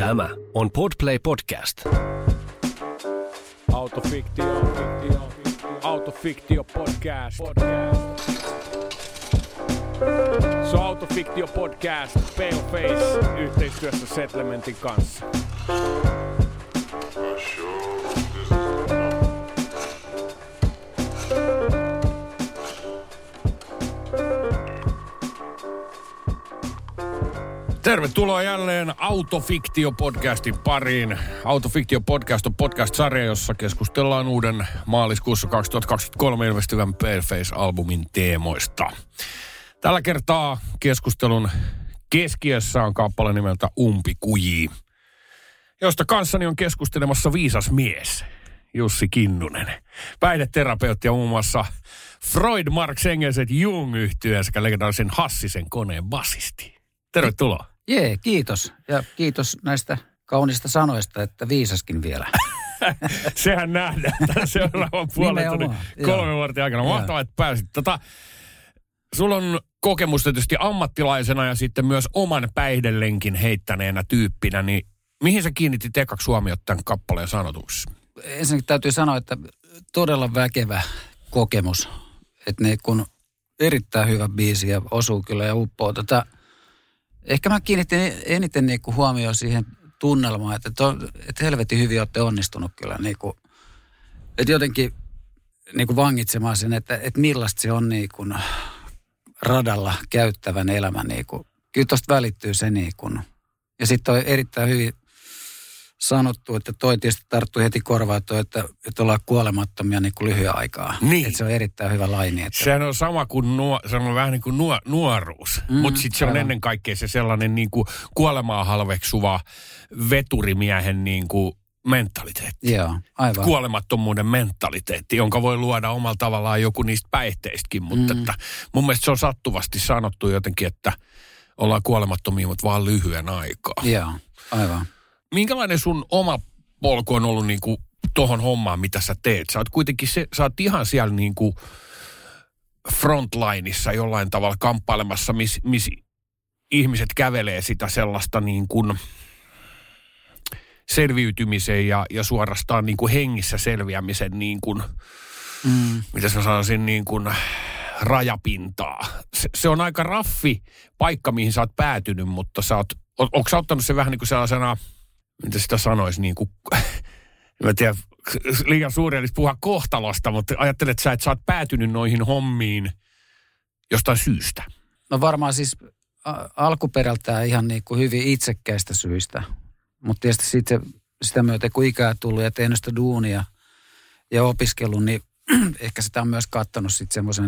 Tämä on Podplay Podcast. Autofiktio podcast. Se on Autofiktio podcast, Paleface yhteistyössä Settlementin kanssa. Tervetuloa jälleen Autofiktio-podcastin pariin. Autofiktio-podcast on podcast-sarja, jossa keskustellaan uuden maaliskuussa 2023 ilmestyvän Paleface-albumin teemoista. Tällä kertaa keskustelun keskiössä on kappale nimeltä Umpikujii, josta kanssani on keskustelemassa viisas mies, Jussi Kinnunen. Päihdeterapeutti ja muun muassa Freud, Marx, Engels et Jung -yhtyeen sekä legendaarisen Hassisen koneen basisti. Tervetuloa. Kiitos. Ja kiitos näistä kaunista sanoista, että viisaskin vielä. Sehän nähdään tämän seuraavan puolen tunnin 3 vartin aikana. Mahtavaa, että pääsit. Sulla on kokemus tietysti ammattilaisena ja sitten myös oman päihdelenkin heittäneenä tyyppinä, niin mihin sä kiinnitit ekaksi huomiota tämän kappaleen sanotuksessa? Ensinnäkin täytyy sanoa, että todella väkevä kokemus. Että ne kun erittäin hyvä biisi ja osuu kyllä ja uppoo. Ehkä mä kiinnitin eniten huomioon siihen tunnelmaan, että helvetin hyvin olette onnistunut kyllä. Että jotenkin vangitsemaan sen, että millaista se on radalla käyttävän elämän. Kyllä tosta välittyy se. Ja sitten on erittäin hyvin sanottu, että toi tietysti tarttui heti korvaan, että ollaan kuolemattomia lyhyen aikaa. Niin. Että se on erittäin hyvä laini. Että sehän on sama kuin se on vähän niin kuin nuoruus. Mutta sitten se on ennen kaikkea se sellainen kuolemaa halveksuva veturimiehen mentaliteetti. Joo, aivan. Kuolemattomuuden mentaliteetti, jonka voi luoda omalla tavallaan joku niistä päihteistäkin. Mutta että mun mielestä se on sattuvasti sanottu jotenkin, että ollaan kuolemattomia, mutta vaan lyhyen aikaa. Joo, aivan. Minkälainen sun oma polku on ollut tohon hommaan, mitä sä teet? Sä oot kuitenkin sä oot ihan siellä frontlineissa jollain tavalla kamppailemassa, missä ihmiset kävelee sitä sellaista selviytymisen ja suorastaan hengissä selviämisen mitä mä sanoisin rajapintaa. Se on aika raffi paikka, mihin sä oot päätynyt, mutta onko sä ottanut se vähän sellaisena, mitä sitä sanoisi, mä tiedän, liian suuri olisi puhua kohtalosta, mutta ajattelet sä, että sä oot päätynyt noihin hommiin jostain syystä? No varmaan siis alkuperältään ihan hyvin itsekkäistä syistä. Mutta tietysti sitten sitä myötä, kun ikää tullut ja tehnyt sitä duunia ja opiskellut, niin ehkä sitä on myös kattanut sitten semmoisen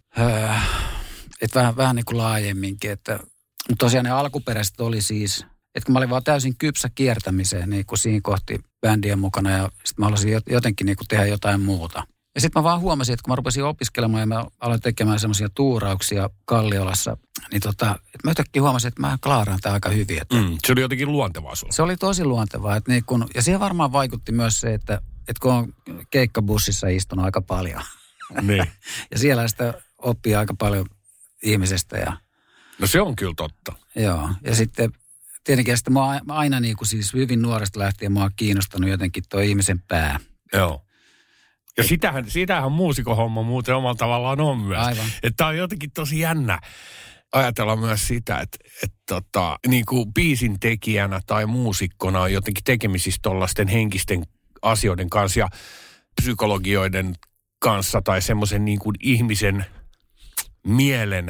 että vähän laajemminkin. Mutta tosiaan ne alkuperäiset oli siis, että kun mä olin vaan täysin kypsä kiertämiseen siinä kohti bändien mukana ja sitten mä haluaisin jotenkin tehdä jotain muuta. Ja sitten mä vaan huomasin, että kun mä rupesin opiskelemaan ja mä aloin tekemään semmoisia tuurauksia Kalliolassa, niin että mä yhtäkkiä huomasin, että mä klaaraan tämä aika hyvin. Se oli jotenkin luontevaa sulla. Se oli tosi luontevaa. Ja siihen varmaan vaikutti myös se, että kun on keikkabussissa istunut aika paljon. Niin. Ja siellä sitä oppii aika paljon ihmisestä. No se on kyllä totta. Joo. Ja sitten tietenkin sitten mä aina siis hyvin nuoresta lähtien mä oon kiinnostanut jotenkin tuo ihmisen pää. Joo. Ja sitähän muusikohomma muuten omalla tavallaan on myös. Aivan. Että on jotenkin tosi jännä ajatella myös sitä, että biisin tekijänä tai muusikkona on jotenkin tekemisissä tollaisten henkisten asioiden kanssa ja psykologioiden kanssa tai semmoisen ihmisen mielen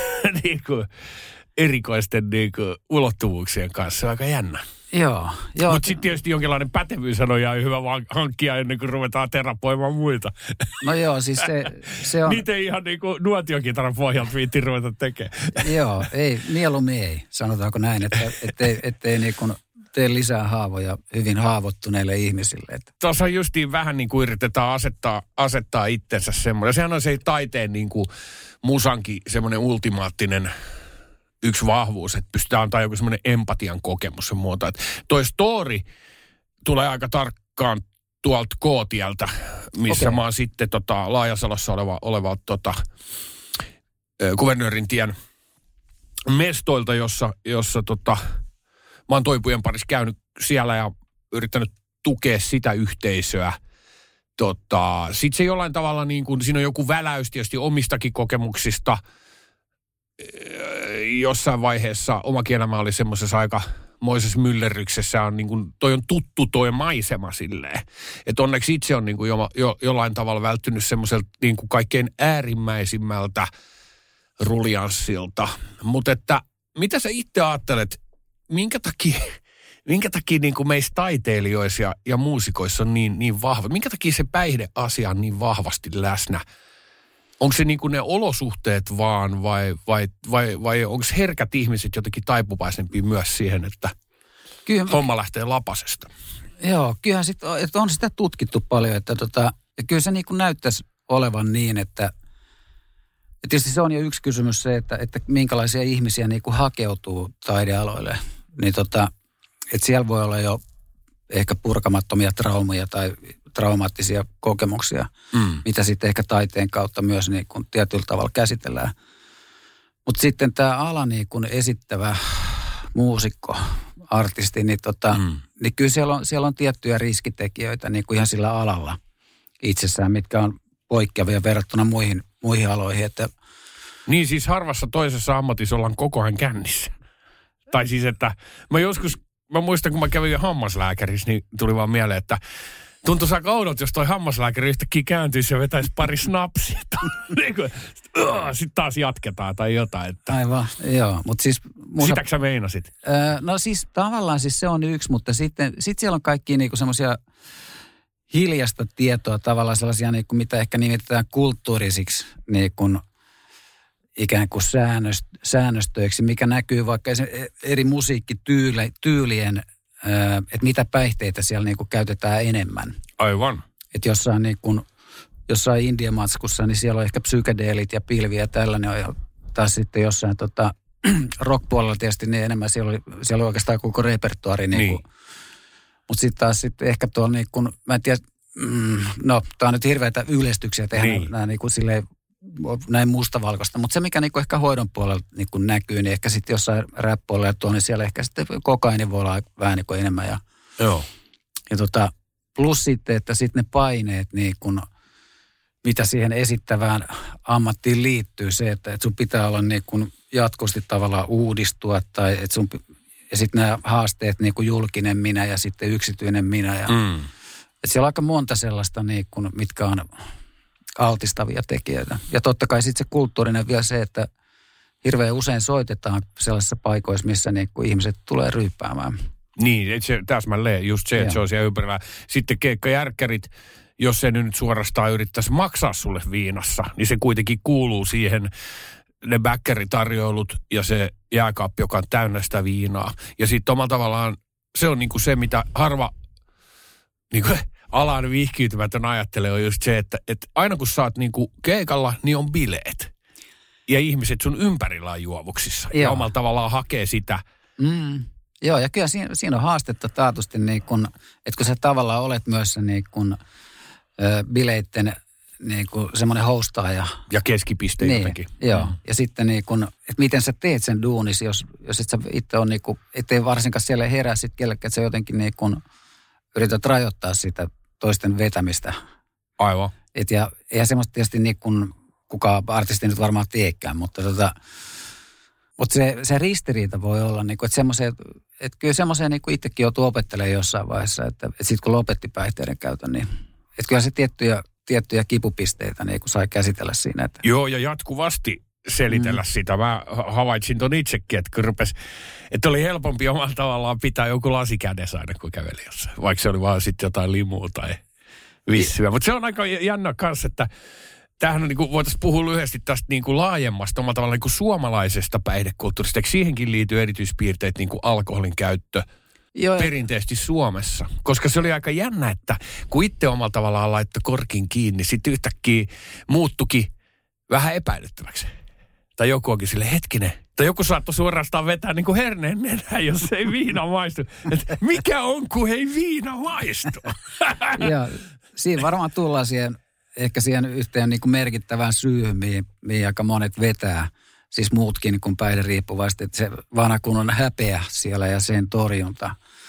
erikoisten ulottuvuuksien kanssa. Se on aika jännä. Joo. Mutta sitten tietysti jonkinlainen pätevyys on hyvä vaan hankkia ennen kuin ruvetaan terapoimaan muita. No joo, siis se on... Niitä ei ihan nuotiokitaran pohjalta viitti ruveta tekemään. Joo, mieluummin ei, sanotaanko näin, ettei tee lisää haavoja hyvin haavoittuneille ihmisille. Tuossa justiin vähän yritetään asettaa itsensä semmoinen. Sehän on se taiteen musankin semmoinen ultimaattinen yksi vahvuus, että pystytään antaa joku semmoinen empatian kokemus ja muuta. Että toi story tulee aika tarkkaan tuolta K-tieltä, missä mä oon sitten Laajasalossa oleva Kuvernöörin tien mestoilta, jossa mä oon toipujen parissa siellä ja yrittänyt tukea sitä yhteisöä. Sitten se jollain tavalla niin kuin, siinä on joku väläys tietysti omistakin kokemuksista. Jossain vaiheessa omakin elämä oli semmoisessa aikamoisessa myllerryksessä. Niin kuin, toi on tuttu toi maisema silleen. Että onneksi itse on niin kuin jollain tavalla välttynyt semmoiselta niin kuin kaikkein äärimmäisimmältä ruljanssilta. Mutta että mitä sä itse ajattelet, minkä takia niin kuin meissä taiteilijoissa ja muusikoissa on niin vahva? Minkä takia se päihdeasia on niin vahvasti läsnä? Onko se niin kuin ne olosuhteet vaan vai onko herkät ihmiset jotenkin taipuvaisempia myös siihen, että homma lähtee lapasesta? Joo, kyllähän että on sitä tutkittu paljon, että ja kyllä se niin kuin näyttäisi olevan niin, että tietysti se on jo yksi kysymys se, että minkälaisia ihmisiä niin kuin hakeutuu taidealoille. Niin että siellä voi olla jo ehkä purkamattomia traumaja tai traumaattisia kokemuksia, mitä sitten ehkä taiteen kautta myös niin kuin tietyllä tavalla käsitellään. Mutta sitten tämä ala niin kuin esittävä muusikko, artisti, niin, niin kyllä siellä on tiettyjä riskitekijöitä niin kuin ihan sillä alalla itsessään, mitkä on poikkeavia verrattuna muihin aloihin. Että niin siis harvassa toisessa ammatissa ollaan koko ajan kännissä. Tai siis, että mä muistan, kun mä kävin hammaslääkärissä, niin tuli vaan mieleen, että tuntuisi aika oudolta, jos toi hammaslääkäri yhtäkkiä kääntyisi ja vetäisi pari snapsia. Sitten taas jatketaan tai jotain. Että. Aivan, joo. Mutta siis sitäkö sä meinasit? No siis tavallaan siis se on yksi, mutta sitten siellä on kaikkia niinku semmoisia hiljasta tietoa, tavallaan sellaisia, niinku, mitä ehkä nimitetään kulttuurisiksi niinku, ikään kuin säännöstöiksi, mikä näkyy vaikka eri musiikkityylien, että mitä päihteitä siellä niinku käytetään enemmän. Aivan. Että jossain indiamatskussa, niin siellä on ehkä psykedeelit ja pilviä ja tällainen on. Ja taas sitten jossain rock-puolella tietysti niin enemmän siellä oli oikeastaan koko repertuaari. Niin. Mutta sitten taas ehkä tuolla niin kuin, mä en tiedä, tää on nyt hirveitä yleistyksiä tehdä nämä niin kuin silleen näin mustavalkoista. Mutta se, mikä niin kuin ehkä hoidon puolella niin kuin näkyy, niin ehkä sitten jossain rap-puolella ja niin siellä ehkä sitten kokaini voi olla vähän niin kuin enemmän. Joo. Ja plus sitten, että sitten ne paineet, niin kun, mitä siihen esittävään ammattiin liittyy, se, että sun pitää olla niin kun jatkuvasti tavallaan uudistua, tai että ja sitten nämä haasteet, niin kuin julkinen minä ja sitten yksityinen minä. Ja, että siellä on aika monta sellaista, niin kun, mitkä on altistavia tekijöitä. Ja totta kai sitten se kulttuurinen vielä se, että hirveän usein soitetaan sellaisissa paikoissa, missä niin kun ihmiset tulee ryyppäämään. Niin, se täsmälleen just se, että se on siellä ympärillä. Sitten keikkajärkkärit, jos se nyt suorastaan yrittäisi maksaa sulle viinassa, niin se kuitenkin kuuluu siihen ne bäkkäritarjoilut ja se jääkaappi, joka on täynnä sitä viinaa. Ja sitten omalla tavallaan se on niinku se, mitä harva niinku alan vihkiytymätön ajattelee, on just se, että aina kun sä oot niinku keikalla, niin on bileet. Ja ihmiset sun ympärillä on juovuksissa. Ja omalla tavallaan hakee sitä. Joo, ja kyllä siinä on haastetta taatusti, niin kun, että kun sä tavallaan olet myös niin kun, bileitten niin kun semmoinen hostaaja. Ja keskipiste niin, jotenkin. Joo, ja sitten niin kun, että miten sä teet sen duunis, jos et sä itse on niin kun, ettei varsinkaan siellä herää sitten kellekään, että sä jotenkin niin kun yrität rajoittaa sitä toisten vetämistä. Aivan. Ja eihän semmoista tietysti niin kun kukaan artisti nyt varmaan teekään, mutta mutta se ristiriita voi olla, niin kuin, että kyllä semmoiseen niin kuin itsekin joutuu opettelemaan jossain vaiheessa, että sitten kun lopetti päihteiden käytön, niin että kyllä se tiettyjä kipupisteitä niin kuin sai käsitellä siinä. Että. Joo, ja jatkuvasti selitellä sitä. Mä havaitsin ton itsekin, että oli helpompi omalla tavallaan pitää joku lasi kädessä aina, kun käveli jossain. Vaikka se oli vaan sitten jotain limua tai vissyä. Mutta se on aika jännä kanssa, että tämähän on, niin kuin voitaisiin puhua lyhyesti tästä niin kuin laajemmasta, omalla tavalla niin kuin suomalaisesta päihdekulttuurista. Eikö siihenkin liity erityispiirteet, niin kuin alkoholin käyttö perinteisesti Suomessa? Koska se oli aika jännä, että kun itse omalla tavallaan laittoi korkin kiinni, sitten yhtäkkiä muuttukin vähän epäilyttäväksi. Tai joku onkin sille hetkinen. Tai joku saattoi suorastaan vetää niin kuin herneen nenään, jos ei viina maistu. Et mikä on, kun ei viina maistu? Joo, siinä varmaan tullaan ehkä siihen yhteen niin kuin merkittävään syyhyn, mihin aika monet vetää, siis muutkin kuin päihderiippuvaiset, että se vanha kunnon häpeä siellä ja sen torjunta.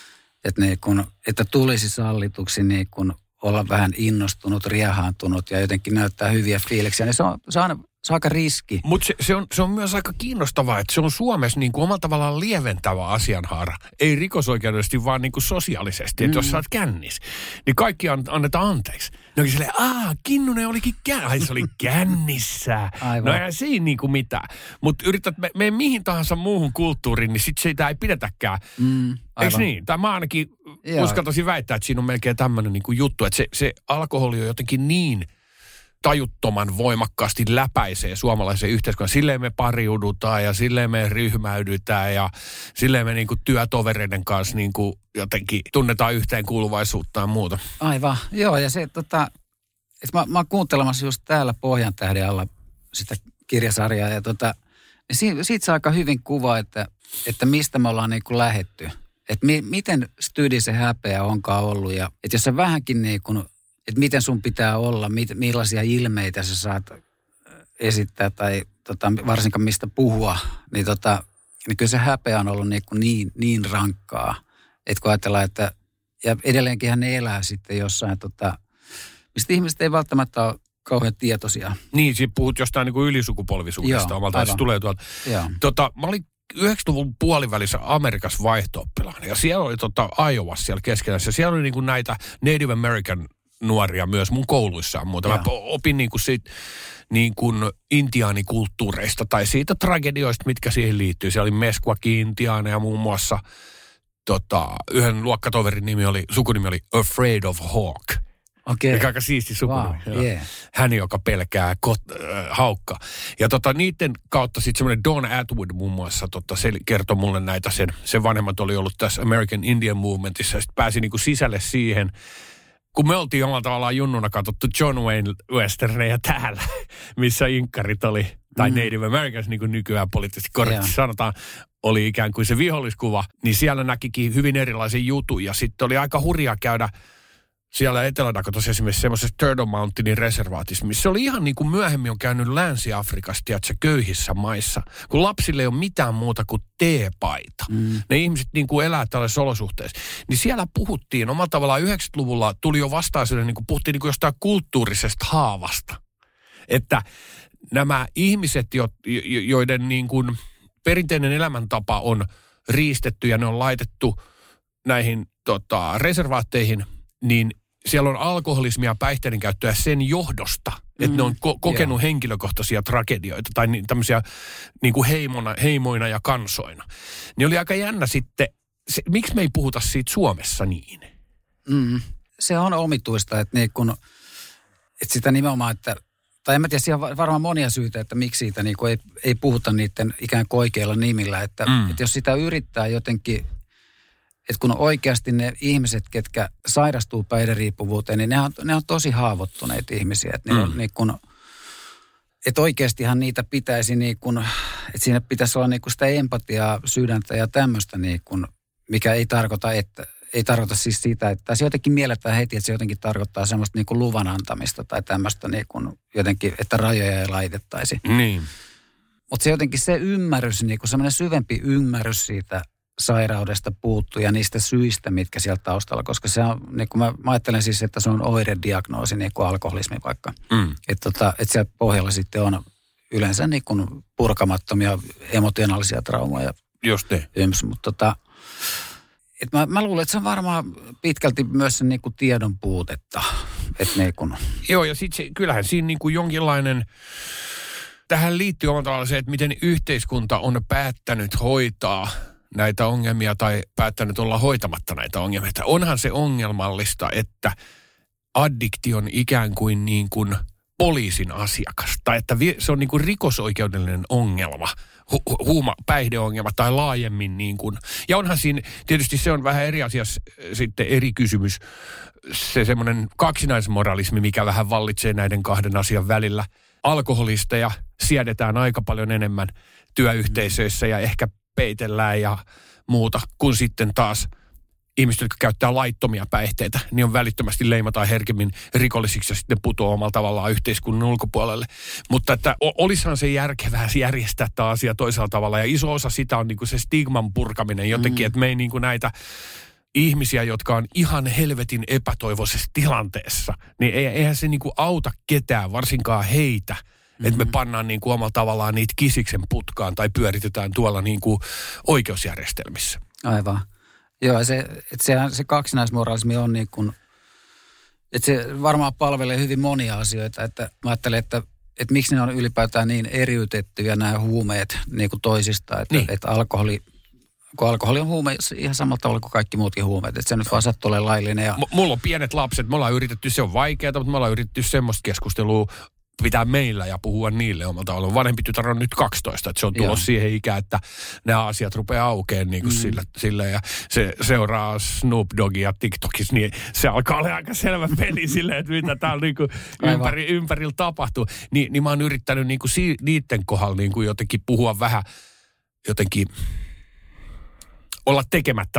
Että tulisi sallituksi niin kun olla vähän innostunut, riehaantunut ja jotenkin näyttää hyviä fiiliksiä, niin se on aika riski. Mutta se on myös aika kiinnostavaa, että se on Suomessa niin kuin omalla tavallaan lieventävä asianhaara. Ei rikosoikeudellisesti, vaan niin kuin sosiaalisesti. Että jos sä oot kännis, niin kaikki annetaan anteeksi. Ne onkin silleen, Kinnunen olikin se oli kännissä. Aivan. No ei siinä niin kuin mitään. Mutta yrität mene mihin tahansa muuhun kulttuuriin, niin sit sitä ei pidetäkään. Eikö niin? Tai mä ainakin uskaltaisin väittää, että siinä on melkein tämmöinen niin kuin juttu, että se alkoholi on jotenkin niin tajuttoman voimakkaasti läpäisee suomalaisen yhteiskunnan. Silleen me pariudutaan ja silleen me ryhmäydytään ja silleen me niinku työtovereiden kanssa niinku jotenkin tunnetaan yhteenkuuluvaisuutta ja muuta. Aivan, joo, ja se että mä oon kuuntelemassa just täällä Pohjantähden alla sitä kirjasarjaa ja niin siitä saa aika hyvin kuva, että mistä me ollaan niinku lähetty. Että miten stydi se häpeä onkaan ollut ja että jos se vähänkin niinku että miten sun pitää olla, millaisia ilmeitä sä saat esittää tai varsinkaan mistä puhua, niin kyllä se häpeä on ollut niin rankkaa, että kun ajatellaan, että ja edelleenkin ne elää sitten jossain, mistä ihmiset ei välttämättä ole kauhean tietoisia. Niin, siinä puhut jostain niin kuin ylisukupolvisuudesta omalta, se tulee tuolta. Mä olin 90-luvun puolivälissä Amerikassa vaihto-oppilaana ja siellä oli Iowassa siellä keskelässä. Siellä oli niin kuin näitä Native American nuoria myös mun kouluissaan muuta. Mä opin niin kuin siitä niin kuin intiaanikulttuureista tai siitä tragedioista, mitkä siihen liittyy. Siellä oli Meskwaki-intiaaneja muun muassa. Yhden luokkatoverin sukunimi oli Afraid of Hawk. Okay. Mikä aika siisti sukunimi. Wow, yeah. Hän, joka pelkää haukkaa. Ja niiden kautta sitten semmoinen Don Atwood muun muassa, se kertoi mulle näitä, sen vanhemmat oli ollut tässä American Indian Movementissa ja sitten pääsi niinku sisälle siihen, kun me oltiin omalla tavallaan junnuna katsottu John Wayne westerneja täällä, missä inkkarit oli, tai Native Americans, niin kuin nykyään poliittisesti korrekti sanotaan, oli ikään kuin se viholliskuva, niin siellä näkikin hyvin erilaisia juttuja. Sitten oli aika hurjaa käydä siellä Etelä-Dakotassa esimerkiksi semmoisessa Turtle Mountainin reservaatissa, missä oli ihan niin kuin myöhemmin on käynyt Länsi-Afrikassa, tiedätkö, köyhissä maissa, kun lapsille ei ole mitään muuta kuin teepaita. Ne ihmiset niin kuin elää tällaisessa olosuhteessa. Niin siellä puhuttiin, omalla tavallaan 90-luvulla tuli jo vastaisuuden, niin kuin puhuttiin niin kuin jostain kulttuurisesta haavasta. Että nämä ihmiset, joiden niin kuin perinteinen elämäntapa on riistetty ja ne on laitettu näihin reservaatteihin, niin siellä on alkoholismia ja päihteiden käyttöä sen johdosta, että ne on kokenut henkilökohtaisia tragedioita tai tämmöisiä niin kuin heimoina ja kansoina. Niin oli aika jännä sitten, miksi me ei puhuta siitä Suomessa niin? Se on omituista, että sitä nimenomaan, tai en mä tiedä, siellä on varmaan monia syitä, että miksi siitä ei puhuta niiden ikään kuin oikeilla nimillä, että jos sitä yrittää jotenkin. Että kun oikeasti ne ihmiset, ketkä sairastuu päihderiippuvuuteen, niin ne on tosi haavoittuneita ihmisiä. Että oikeastihan niitä pitäisi, että siinä pitäisi olla sitä empatiaa, sydäntä ja tämmöistä, mikä ei tarkoita siis sitä, että se jotenkin mielletään heti, että se jotenkin tarkoittaa semmoista luvan antamista tai tämmöistä jotenkin, että rajoja ei laitettaisi. Niin. Mutta se jotenkin se ymmärrys, semmoinen syvempi ymmärrys siitä sairaudesta puuttuu ja niistä syistä, mitkä sieltä taustalla, koska se on, mä ajattelen siis, että se on oirediagnoosi, niin kuin alkoholismi vaikka. Että siellä pohjalla sitten on yleensä purkamattomia emotionaalisia traumoja. Just niin. Mutta mä luulen, että se on varmaan pitkälti myös sen tiedon puutetta. Joo, ja sitten kyllähän siinä jonkinlainen. Tähän liittyy omalla tavalla se, että miten yhteiskunta on päättänyt hoitaa näitä ongelmia tai päättänyt olla hoitamatta näitä ongelmia. Että onhan se ongelmallista, että addikti on ikään kuin poliisin asiakas. Tai että se on rikosoikeudellinen ongelma, päihdeongelma tai laajemmin . Ja onhan siinä, tietysti se on vähän eri asia sitten eri kysymys. Se semmoinen kaksinaismoralismi, mikä vähän vallitsee näiden kahden asian välillä. Alkoholisteja siedetään aika paljon enemmän työyhteisöissä ja ehkä peitellään ja muuta, kun sitten taas ihmiset, jotka käyttää laittomia päihteitä, niin on välittömästi leimataan herkemmin rikollisiksi ja sitten putoaa omalla tavallaan yhteiskunnan ulkopuolelle. Mutta että olisihan se järkevää järjestää tämä asia toisella tavalla ja iso osa sitä on se stigman purkaminen jotenkin, että me ei näitä ihmisiä, jotka on ihan helvetin epätoivoisessa tilanteessa, niin eihän se niinku auta ketään, varsinkaan heitä, että me pannaan niinku omalla tavallaan niitä kisiksen putkaan tai pyöritetään tuolla niinku oikeusjärjestelmissä. Aivan. Joo, se kaksinaismoralismi on niin kuin, että se varmaan palvelee hyvin monia asioita, että mä ajattelen, että miksi ne on ylipäätään niin eriytettyjä nämä huumeet niin kuin toisistaan, että alkoholi on huume ihan samalla tavalla kuin kaikki muutkin huumeet, että se nyt vaan sattuu olemaan laillinen. Ja mulla on pienet lapset, me ollaan yritetty, se on vaikeaa, mutta me ollaan yritetty semmoista keskustelua pitää meillä ja puhua niille omalla tavalla. Vanhempi tytär on nyt 12, että se on tulossa siihen ikään, että nämä asiat rupeaa aukeamaan niin kuin sille ja se seuraa Snoop Doggia TikTokissa, niin se alkaa olla aika selvä peli silleen, että mitä täällä niin kuin ympärillä tapahtuu. Niin mä oon yrittänyt niin kuin niiden kohdalla niin kuin jotenkin puhua vähän jotenkin olla tekemättä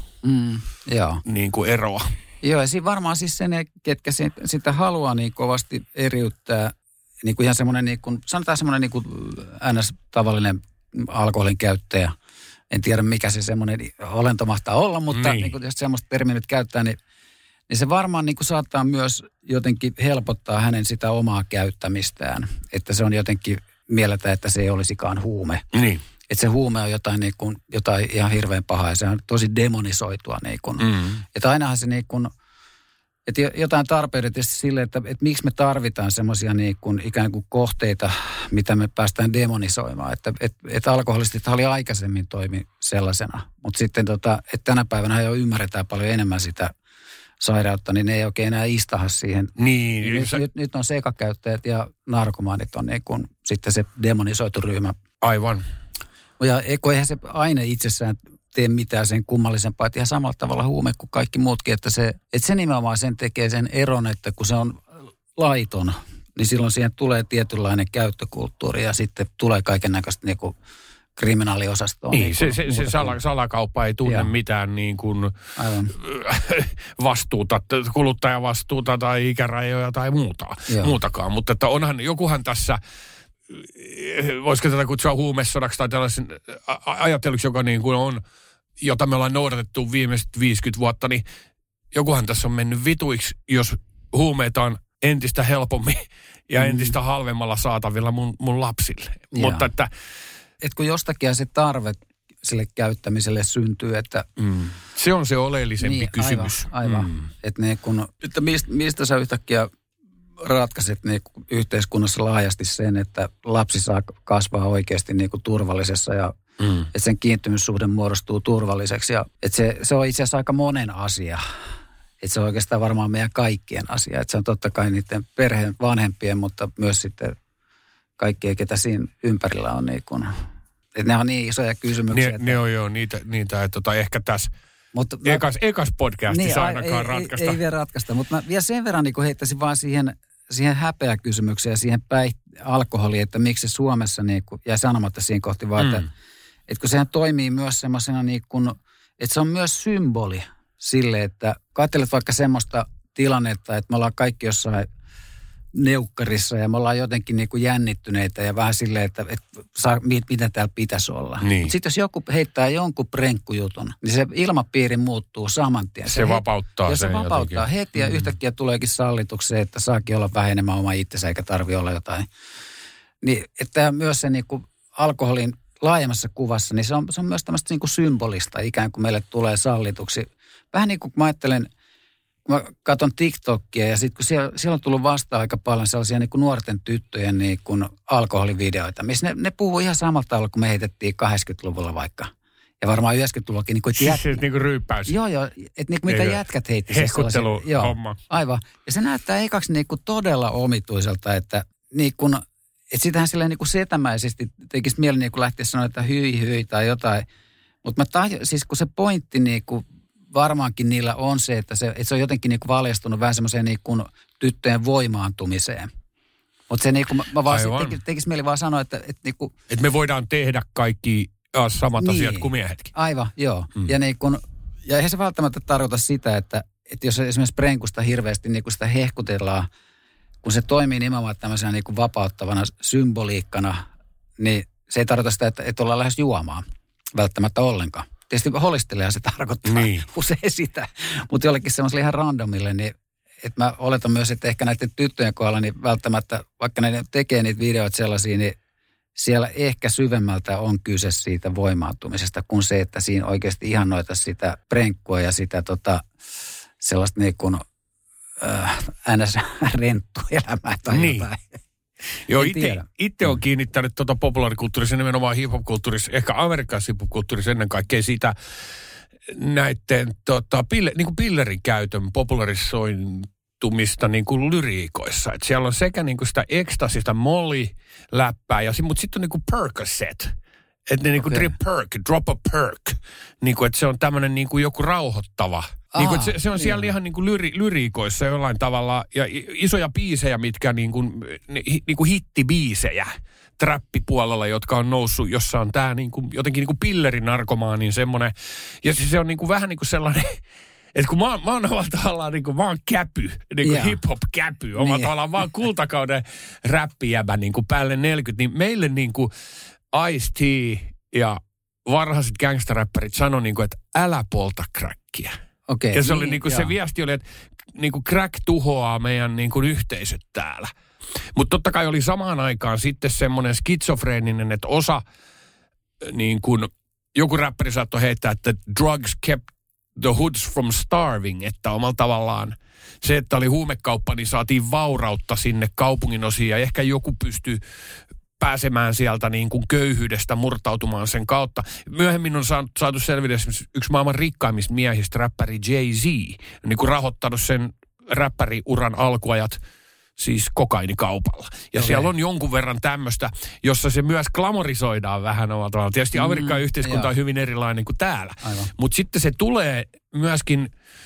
niin kuin eroa. Joo, ja siinä varmaan siis ne, ketkä sitä haluaa niin kovasti eriyttää, niin kuin ihan semmoinen, niin kuin, sanotaan semmoinen niin kuin NS-tavallinen alkoholin käyttäjä. En tiedä, mikä se semmoinen olento mahtaa olla, mutta niin kuin, jos semmoista termiä nyt käyttää, niin se varmaan niin kuin saattaa myös jotenkin helpottaa hänen sitä omaa käyttämistään. Että se on jotenkin mielletään, että se ei olisikaan huume. Niin. Että se huume on jotain ihan hirveän pahaa ja se on tosi demonisoitua. Niin kuin. Että ainahan se niin kuin, että jotain tarpeita tietysti sille, että miksi me tarvitaan semmoisia niin kuin ikään kuin kohteita, mitä me päästään demonisoimaan. Että alkoholistit oli aikaisemmin toimi sellaisena, mutta sitten että tänä päivänä jo ymmärretään paljon enemmän sitä sairautta, niin ne ei oikein enää istaha siihen. Niin. Nyt on sekakäyttäjät ja narkomaanit on niin kuin sitten se demonisoitu ryhmä. Aivan. Ja eihän se aine itsessään tee mitään sen kummallisempaa, että ihan samalla tavalla huume kuin kaikki muutkin, että se nimenomaan sen tekee sen eron, että kun se on laiton, niin silloin siihen tulee tietynlainen käyttökulttuuri ja sitten tulee kaiken näköistä niinku kriminaaliosastoon. Niin, se salakauppa ei tunne mitään niin kuin vastuuta, kuluttajavastuuta tai ikärajoja tai muutakaan, mutta että onhan jokuhan tässä voisiko tätä kutsua huumesodaksi tai tällaisen ajatteluksi, joka niin kuin on, jota me ollaan noudatettu viimeiset 50 vuotta, niin jokuhan tässä on mennyt vituiksi, jos huumeita on entistä helpommin ja entistä halvemmalla saatavilla mun lapsille. Mutta että kun jostakin se tarve sille käyttämiselle syntyy, että se on se oleellisempi kysymys. Aivan. Että mistä sä yhtäkkiä ratkaiset niin yhteiskunnassa laajasti sen, että lapsi saa kasvaa oikeasti niin kuin turvallisessa ja että sen kiintymyssuhde muodostuu turvalliseksi. Ja että se on itse asiassa aika monen asia. Että se on oikeastaan varmaan meidän kaikkien asia. Että se on totta kai niiden perheen vanhempien, mutta myös sitten kaikkien, ketä siinä ympärillä on. Niin kuin, että ne on niin isoja kysymyksiä. Ne on joo, niitä että ehkä tässä mutta ekas podcastissa ainakaan ratkaista. Ei vielä ratkaista, mutta mä vielä sen verran niin heittäisin vaan siihen häpeäkysymykseen ja siihen alkoholiin, että miksi se Suomessa niin kuin, jäi sanomatta siinä kohti vaan, että kun sehän toimii myös semmoisena niin kuin, että se on myös symboli sille, että katselet vaikka semmoista tilannetta, että me ollaan kaikki jossain neukkarissa ja me ollaan jotenkin niin kuin jännittyneitä ja vähän silleen, että mitä täällä pitäisi olla. Niin. Sitten jos joku heittää jonkun prenkkujutun, niin se ilmapiiri muuttuu saman tien. Se vapauttaa sen. Se vapauttaa heti ja yhtäkkiä tuleekin sallitukseen, että saakin olla vähän enemmän oma itsensä eikä tarvitse olla jotain. Niin, että myös se niin kuin alkoholin laajemmassa kuvassa, niin se on myös tämmöistä niin kuin symbolista, ikään kuin meille tulee sallituksi. Vähän niin kuin mä ajattelen, kun mä katson TikTokia ja sitten kun siellä on tullut vastaan aika paljon sellaisia niin kuin nuorten tyttöjen niin kuin alkoholivideoita, missä ne puhuu ihan samalla tavalla kuin me heitettiin 80-luvulla vaikka. Ja varmaan 90-luvullakin. Niin kuin, siis niin kuin ryyppäys. Joo, että niin kuin mitä jätkät heitti. Hehkuttelu-homma. Aivan. Ja se näyttää ekaksi niin kuin todella omituiselta, että niin kuin, että sitähän silleen niin kuin setämäisesti tekisi mieli niin kuin lähteä sanoa, että hyi tai jotain. Mutta siis kun se pointti niin kuin varmaankin niillä on se, että se on jotenkin niin kuin valjastunut vähän semmoiseen niin kuin tyttöjen voimaantumiseen. Mutta se niin kuin, mä vaan tekisi mieli vaan sanoa, että niin kuin että me voidaan tehdä kaikki samat asiat kuin miehetkin. Aivan, joo. Ja niin kuin, ja eihän se välttämättä tarkoita sitä, että jos esimerkiksi prenkusta hirveästi niin kuin sitä hehkutellaan, kun se toimii nimenomaan tämmöisenä niin kuin vapauttavana symboliikkana, niin se ei tarkoita sitä, että ollaan lähes juomaan välttämättä ollenkaan. tietysti holistelee se tarkoittaa usein sitä, mutta jollekin semmoiselle ihan randomille, niin että mä oletan myös, että ehkä näiden tyttöjen kohdalla, niin välttämättä, vaikka ne tekee niitä videoita sellaisia, niin siellä ehkä syvemmältä on kyse siitä voimaantumisesta, kuin se, että siinä oikeasti ihannoita sitä prenkkua ja sitä sellaista niin kuin NS-renttuelämää tai jotain. Joo, itse on kiinnittänyt populaarikulttuurissa, nimenomaan hip-hop-kulttuurissa, ehkä amerikkalaisessa hip-hop-kulttuurissa ennen kaikkea siitä näiden niin kuin pillerin käytön popularisointumista niin kuin lyriikoissa. Et siellä on sekä niin kuin sitä ekstasista molly-läppää, mutta sitten on niin kuin Percocet. Että ne niin kuin drop a perk. Niin kuin, että se on tämmöinen niin kuin joku rauhoittava. Niin kuin, se on siellä ihan niin kuin lyriikoissa jollain tavalla. Ja isoja biisejä, mitkä niin kuin hittibiisejä trappipuolella, jotka on noussut, jossa on tämä niin kuin, jotenkin niin kuin pillerinarkomaanin semmoinen. Ja se on niin kuin vähän niin kuin sellainen, että kun mä oon tavallaan niin kuin, mä oon käpy, niin kuin hip-hop-käpy, tavallaan vaan kultakauden räppijäbä niin kuin päälle 40, niin meille niin kuin Ice-T ja varhaiset gangsteräppärit sanoi, niin kuin, että älä polta crackia. Okay, ja se oli niin kuin, se viesti oli, että niin kuin crack tuhoaa meidän niin kuin yhteisöt täällä. Mutta totta kai oli samaan aikaan sitten semmoinen skitsofreeninen, että osa niin kuin, joku räppäri saattoi heittää, että drugs kept the hoods from starving, että omalla tavallaan se, että oli huumekauppa, niin saatiin vaurautta sinne kaupungin osiin ja ehkä joku pystyi pääsemään sieltä niin kuin köyhyydestä murtautumaan sen kautta. Myöhemmin on saatu selville yksi maailman rikkaimmista miehistä, räppäri Jay-Z, niin kuin rahoittanut sen räppäriuran alkuajat siis kokainikaupalla. Ja siellä on jonkun verran tämmöistä, jossa se myös glamorisoidaan vähän omalla tavalla. Tietysti Amerikan yhteiskunta on hyvin erilainen kuin täällä. Mutta sitten se tulee myöskin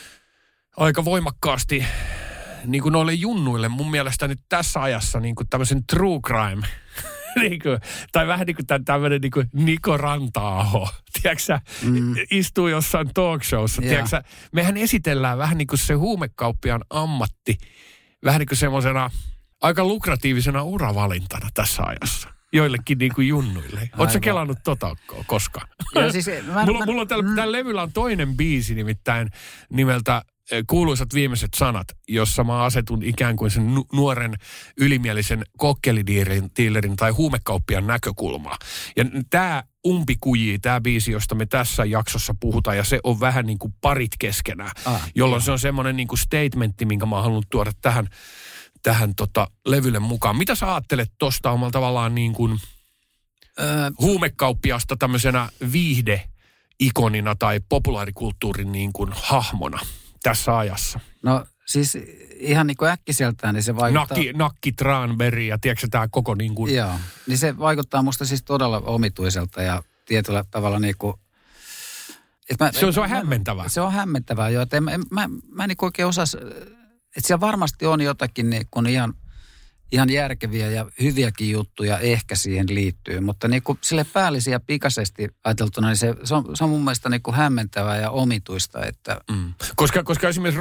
aika voimakkaasti niin kuin noille junnuille mun mielestä nyt tässä ajassa niin kuin tämmöisen true crime niin kuin, tai vähän niin kuin tämmöinen niin kuin Niko Ranta-aho, tiedätkö istuu jossain talkshowssa, tiedätkö mehän esitellään vähän niin kuin se huumekauppiaan ammatti, vähän niin kuin semmoisena aika lukratiivisena uravalintana tässä ajassa. Joillekin niin kuin junnuille. Ootko sä kelannut koskaan? Joo, siis mulla on tällä levyllä on toinen biisi nimittäin nimeltä Kuuluisat viimeiset sanat, jossa mä asetun ikään kuin sen nuoren ylimielisen kokkelidiilerin tai huumekauppian näkökulmaa. Ja tämä umpikujii, tämä biisi, josta me tässä jaksossa puhutaan, ja se on vähän niin kuin parit keskenään, jolloin se on semmoinen niin kuin statementti, minkä mä oon halunnut tuoda tähän levylle mukaan. Mitä sä ajattelet tosta omalla tavallaan niin kuin huumekauppiasta tämmöisenä viihde-ikonina tai populaarikulttuurin niin kuin hahmona tässä ajassa? No siis ihan niin kuin äkkiseltään, niin se vaikuttaa... Nakki Tranberry ja tiedätkö tämä koko niin kuin... Joo, niin se vaikuttaa musta siis todella omituiselta ja tietyllä tavalla niin kuin... Se on hämmentävää. Se on hämmentävää, joo. Että mä en niin oikein osaa... Että siellä varmasti on jotakin niin kuin ihan järkeviä ja hyviäkin juttuja ehkä siihen liittyy, mutta niin kuin sille päällisiä pikaisesti ajateltuna, niin se on mun mielestä niin kuin hämmentävää ja omituista, että... Koska esimerkiksi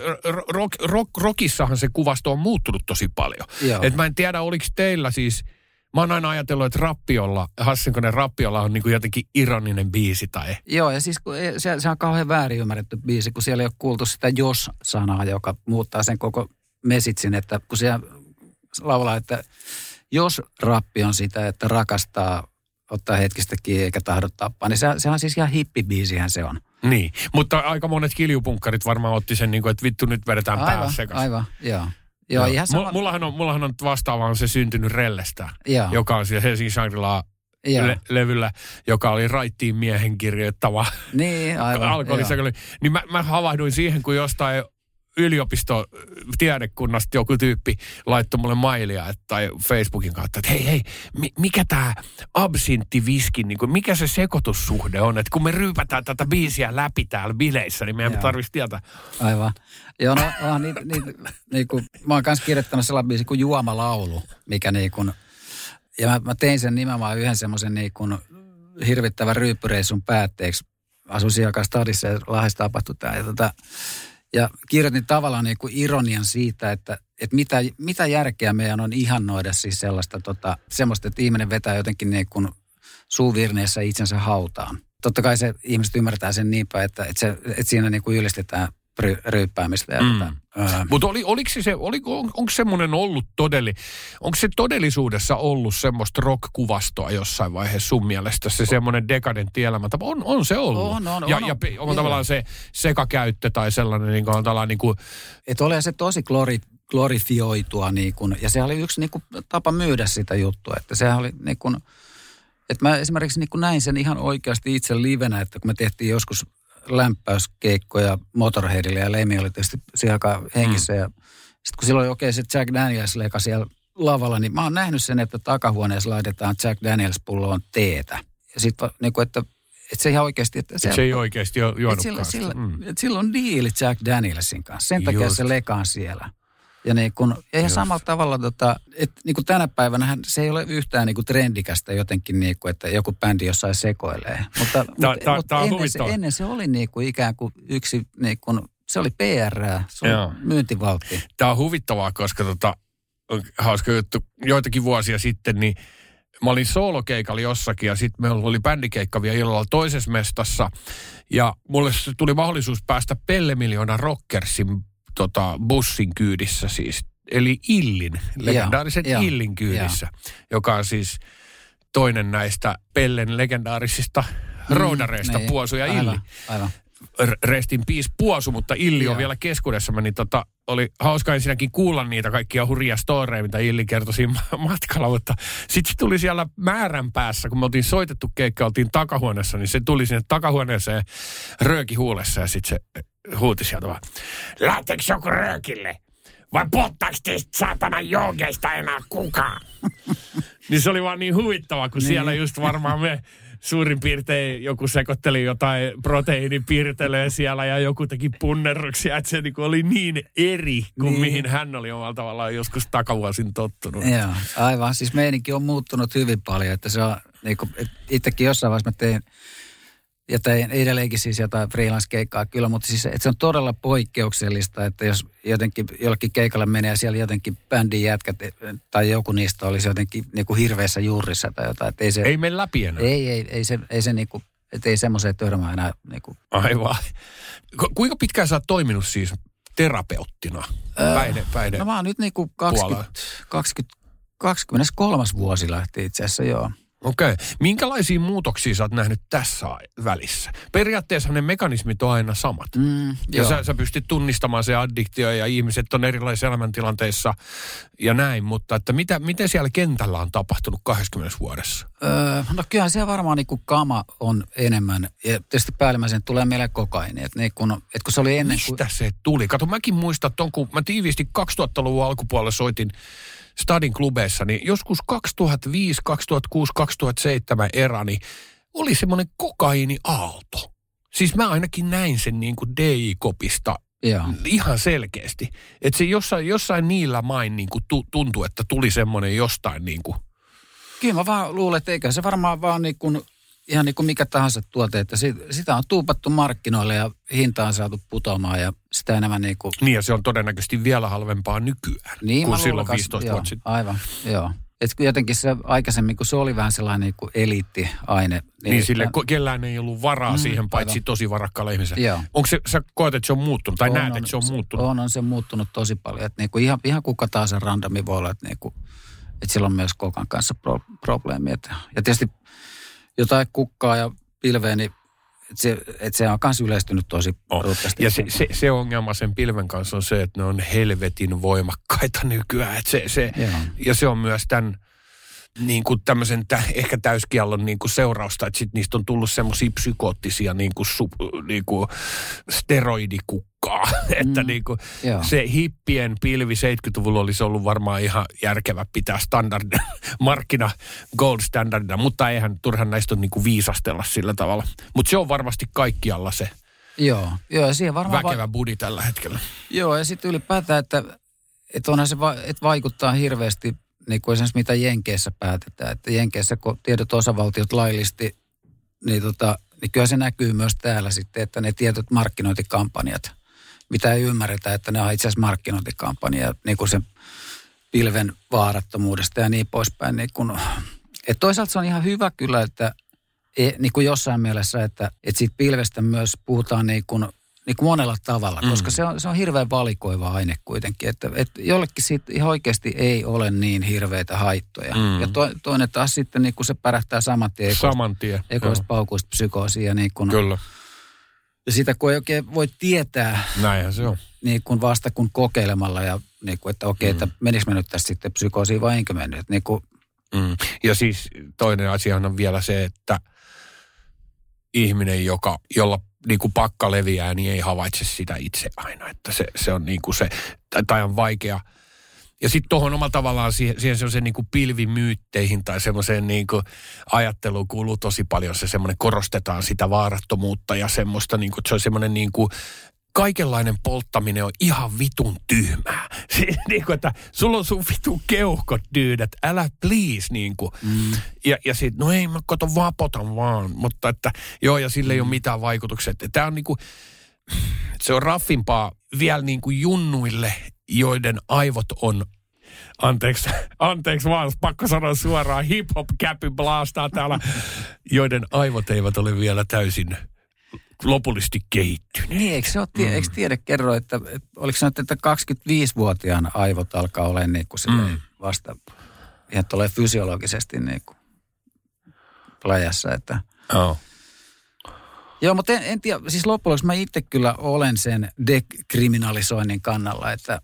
rockissahan se kuvasto on muuttunut tosi paljon. Että mä en tiedä, oliko teillä siis... Mä oon aina ajatellut, että Hassinkonen Rappiolla on niin kuin jotenkin ironinen biisi tai... Joo, ja siis se on kauhean väärin ymmärretty biisi, kun siellä ei ole kuultu sitä jos-sanaa, joka muuttaa sen koko mesitsin, että kun siellä laulaa, että jos rappi on sitä, että rakastaa, ottaa hetkistä kiinni eikä tahdo tappaa, niin se on siis ihan hippibiisihän se on. Niin, mutta aika monet kiljupunkkarit varmaan otti sen, niin kuin, että vittu nyt vedetään pää sekaisin. Aivan, joo. Joo, ihan sama. Mullahan on vastaavaan se syntynyt Rellestä, joka on siellä Helsingin Shangri-La levyllä, joka oli raittiin miehen kirjoittava. Niin, aivan. Niin mä havahduin siihen, kun jostain yliopistotiedekunnasta joku tyyppi laittoi mulle mailia tai Facebookin kautta, että hei, mikä tämä absinttiviskin, niin mikä se sekoitussuhde on, että kun me ryypätään tätä biisiä läpi täällä bileissä, niin meidän tarvitsisi tietää. Aivan. Joo, no niin kuin, mä oon kanssa kirjoittanut sellainen biisi kuin Juomalaulu, mikä niin kuin, ja mä tein sen nimenomaan yhden semmoisen niin kuin hirvittävän ryyppyreissun päätteeksi. Asuin siellä stadissa ja Lahdessa tapahtui tämä. Ja kirjoitin tavallaan niin kuin ironian siitä, että mitä järkeä meidän on ihannoida siis sellaista, semmoista, että ihminen vetää jotenkin niin kuin suuvirneessä itsensä hautaan. totta kai se ihmiset ymmärtää sen niinpä, että siinä niin kuin ylistetään ryyppäämistä. Mutta onko semmoinen ollut onko se todellisuudessa ollut semmoista rock-kuvastoa jossain vaiheessa sun mielestä, se semmoinen dekadentti elämäntapa? On se ollut. On tavallaan se sekakäyttö tai sellainen niin kuin, niin kuin... Että ole se tosi glorifioitua niin kuin, ja se oli yksi niin kuin, tapa myydä sitä juttua, että sehän oli niin kuin, että mä esimerkiksi niin kuin näin sen ihan oikeasti itse livenä, että kun me tehtiin joskus lämpäyskeikkoja Motorheadille ja Lemmy oli tietysti siihen aikaan hengissä. Ja sitten kun silloin se Jack Daniels leka siellä lavalla, niin mä oon nähnyt sen, että takahuoneessa laitetaan Jack Daniels-pulloon teetä. Ja sitten niin että se ihan oikeasti... Että se ei oikeasti juonutkaan. Sillä on diili Jack Danielsin kanssa. Sen takia se leka on siellä. Ja niin kun, ihan samalla tavalla, että niin kuin tänä päivänä se ei ole yhtään niin kuin trendikästä jotenkin, niin kuin, että joku bändi jossain sekoilee. Mutta ennen se oli niin kuin ikään kuin yksi, niin kuin, se oli PR, se oli myyntivaltti. Tämä on huvittavaa, koska hauska juttu, joitakin vuosia sitten, niin mä olin soolokeikalla jossakin ja sitten meillä oli bändikeikka vielä illalla toisessa mestassa. Ja mulle tuli mahdollisuus päästä Pelle Miljoona Rockersin bussin kyydissä siis, eli Illin, legendaarisen Illin kyydissä, joka on siis toinen näistä Pellen legendaarisista roudareista, Puosu ja Illi. Aivan. Rest in peace Puosu, mutta Illi on vielä keskuudessamme, niin oli hauska ensinnäkin kuulla niitä kaikkia hurjia storeja, mitä Illi kertoi siinä matkalla, mutta sitten se tuli siellä määränpäässä, kun me oltiin soitettu keikka, oltiin takahuoneessa, niin se tuli sinne takahuoneeseen rööki huulessa ja sitten se huuti sieltä vaan, lähteekö joku röökille? Vai pottaako teistä saatana joogeista enää kukaan? Niin se oli vaan niin huvittavaa, kun siellä just varmaan me suurin piirtein joku sekoitteli jotain proteiinipiirtelee siellä ja joku teki punnerruksia, että se niinku oli niin eri kuin mihin hän oli omalla tavallaan joskus takavuosin tottunut. Joo, aivan. Siis meininki on muuttunut hyvin paljon, että se on niinku, itsekin jossain vaiheessa mä tein edelleenkin siis jotain freelance-keikkaa kyllä, mutta siis että se on todella poikkeuksellista, että jos jotenkin jollekin keikalle menee ja siellä jotenkin bändin jätkät tai joku niistä olisi jotenkin niinku hirveässä juurissa tai jotain. Että ei mene läpi enää. Ei se niinku, että ei semmoiseen törmää enää niinku. Aivan. Kuinka pitkään sä oot toiminut siis terapeuttina? Päihde no mä oon nyt niinku 23. vuosi lähti itse asiassa, joo. Okei. Minkälaisia muutoksia sä oot nähnyt tässä välissä? Periaatteessa ne mekanismit on aina samat. Ja sä pystyt tunnistamaan se addiktio ja ihmiset on erilaisissa elämäntilanteissa ja näin, mutta että miten siellä kentällä on tapahtunut 20 vuodessa? No kyllähän siellä varmaan niin kuin kama on enemmän ja tietysti päällimmäisen tulee meille kokaini. Että kun se oli ennen kuin... Mistä se tuli? Kato, mäkin muistan, että kun mä tiiviisti 2000-luvun alkupuolella soitin Stadin klubeissa, niin joskus 2005, 2006, 2007 era, niin oli semmoinen kokaiini-aalto. Siis mä ainakin näin sen niin kuin DJ-kopista ihan selkeästi. Että se jossain niillä main niin kuin tuntui, että tuli semmoinen jostain niin kuin... Kyllä mä vaan luulen, että eikä se varmaan vaan niin kuin, ihan niin kuin mikä tahansa tuote, että sitä on tuupattu markkinoille ja hinta on saatu putoamaan ja sitä enemmän niin kuin... Niin ja se on todennäköisesti vielä halvempaa nykyään kuin silloin 15 vuotta sitten. Aivan, joo. Että jotenkin se aikaisemmin, kun se oli vähän sellainen niin kuin eliittiaine. Niin sille kellään ei ollut varaa siihen, paitsi tosi varakkaalla ihmisellä. Onko se, sä koet, että se on muuttunut, tai näet, että se on muuttunut? On se muuttunut tosi paljon. Että niin kuin ihan kuka taas randomi voi olla, että, niin kuin, että sillä on myös kokan kanssa probleemia. Ja tietysti jotain kukkaa ja pilveä, niin että se on myös yleistynyt tosi rutkasti. Ja se ongelma sen pilven kanssa on se, että ne on helvetin voimakkaita nykyään. Ja se on myös tämän niin kuin tämmöisen ehkä täyskiallon niin kuin seurausta, että sitten niistä on tullut semmoisia psykoottisia niin kuin steroidikukkaa. Että niin kuin se hippien pilvi 70-luvulla olisi ollut varmaan ihan järkevä pitää standardina, markkina gold standardina, mutta eihän turhan näistä on niin kuin viisastella sillä tavalla. Mutta se on varmasti kaikkialla se siihen varmaan väkevä budi tällä hetkellä. Joo, ja sitten ylipäätään, että onhan se että vaikuttaa hirveästi niin kuin esimerkiksi mitä Jenkeissä päätetään. Että Jenkeissä, kun tietyt osavaltiot laillisti, niin kyllä se näkyy myös täällä sitten, että ne tietyt markkinointikampanjat, mitä ei ymmärretä, että ne on itse asiassa markkinointikampanjat, niin kuin se pilven vaarattomuudesta ja niin poispäin. Niin että toisaalta se on ihan hyvä kyllä, että niin kuin jossain mielessä, että siitä pilvestä myös puhutaan niin kuin monella tavalla, koska se on hirveän valikoiva aine kuitenkin, että jollekin siitä ihan oikeasti ei ole niin hirveitä haittoja. Ja toinen taas sitten niin kuin se pärähtää saman tien. Ekoista paukuista psykoosia. Niin kuin, kyllä. Ja sitä kun ei oikein voi tietää. Näinhän se on. Niin kuin vasta kun kokeilemalla ja niin kuin, että okei, että menikö mä nyt tässä sitten psykoosiin vai enkö mennyt. Niin kuin. Ja siis toinen asia on vielä se, että ihminen, jolla niin kuin pakka leviää, niin ei havaitse sitä itse aina. Että se on niin kuin se, tai on vaikea. Ja sitten tuohon omalla tavallaan siihen semmoiseen niin kuin pilvimyytteihin tai semmoiseen niin kuin ajatteluun kuuluu tosi paljon se semmoinen, korostetaan sitä vaarattomuutta ja semmoista niin kuin, se on semmoinen niin kuin, kaikenlainen polttaminen on ihan vitun tyhmää. Niin kuin, että sulla on sun vitun keuhkot, dude, että älä please, niin kuin. Ja sit, no ei, mä kato, vapotan vaan. Mutta että, joo, ja sille ei ole mitään vaikutuksia. Tämä on niin kuin, se on raffimpaa vielä niin kuin junnuille, joiden aivot on, anteeksi vaan, pakko sanoa suoraan, hip-hop-käppi blastaa täällä, joiden aivot eivät ole vielä täysin lopullisesti kehittyneet. Niin, eikö tiede kerro, että oliko se, että 25-vuotiaan aivot alkaa olla niin kuin vasta ihan tulee fysiologisesti niin kuin läjässä, että. Joo, mutta en tiedä, siis loppujen lopuksi mä itse kyllä olen sen dekriminalisoinnin kannalla, että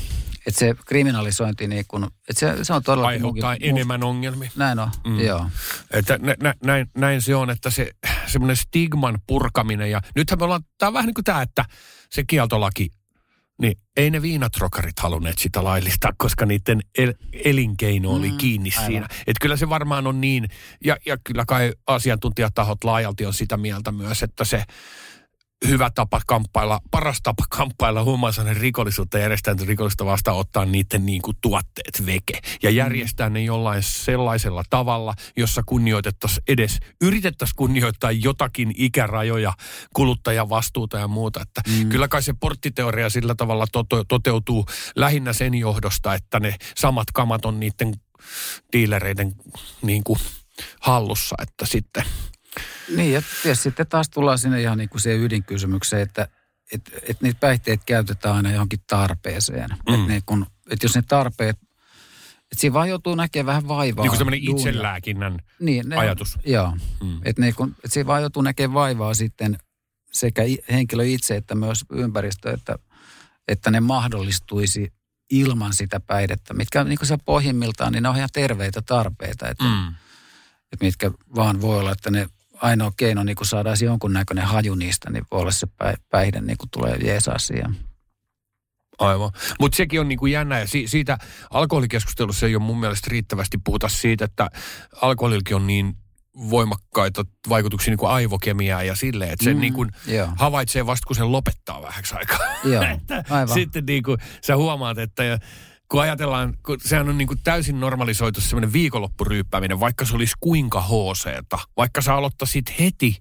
se kriminalisointi niin kuin, että se on todella aiheuttaa enemmän ongelmia. Näin on, joo. Että näin se on, että se semmoinen stigman purkaminen ja nythän me ollaan, tää on vähän niin kuin tämä, että se kieltolaki, niin ei ne viinatrokarit halunneet sitä laillistaa, koska niiden elinkeino oli kiinni siinä. Että kyllä se varmaan on niin, ja kyllä kai asiantuntijatahot laajalti on sitä mieltä myös, että se hyvä tapa kamppailla, paras tapa kamppailla huumausaineiden rikollisuutta ja järjestäytynyttä rikollisuutta vastaan ottaa niiden niin kuin tuotteet veke. Ja järjestää ne jollain sellaisella tavalla, jossa yritettäisiin kunnioittaa jotakin ikärajoja, kuluttajan vastuuta ja muuta. Että kyllä kai se porttiteoria sillä tavalla toteutuu lähinnä sen johdosta, että ne samat kamat on niiden dealereiden niin kuin hallussa, että sitten. Niin, ja sitten taas tullaan sinne ihan niin kuin siihen ydinkysymykseen, että niitä päihteet käytetään aina johonkin tarpeeseen. Että jos ne tarpeet, että siinä vaan joutuu näkemään vähän vaivaa. Niin kuin semmoinen itselääkinnän ajatus. Joo, että siinä vaan joutuu näkemään vaivaa sitten sekä henkilö itse että myös ympäristö, että ne mahdollistuisi ilman sitä päihdettä, mitkä niin kuin se pohjimmiltaan, niin ne on ihan terveitä tarpeita, että mitkä vaan voi olla, että ne ainoa keino niin kun saadaan jonkunnäköinen haju niistä, niin voi olla se päihde niin kun tulee jeesaa siihen. Aivan. Mutta sekin on niin kuin jännä ja siitä alkoholikeskustelussa ei ole mun mielestä riittävästi puhuta siitä, että alkoholillakin on niin voimakkaita vaikutuksia niin kuin aivokemiaa ja silleen, että sen niin kuin havaitsee vasta, kun sen lopettaa vähäksi aikaa. Joo, aivan. Sitten niin kuin sä huomaat, että kun ajatellaan, kun sehän on niin kuin täysin normalisoitu semmoinen viikonloppuryyppääminen, vaikka se olisi kuinka hooseeta, vaikka sä aloittaisit heti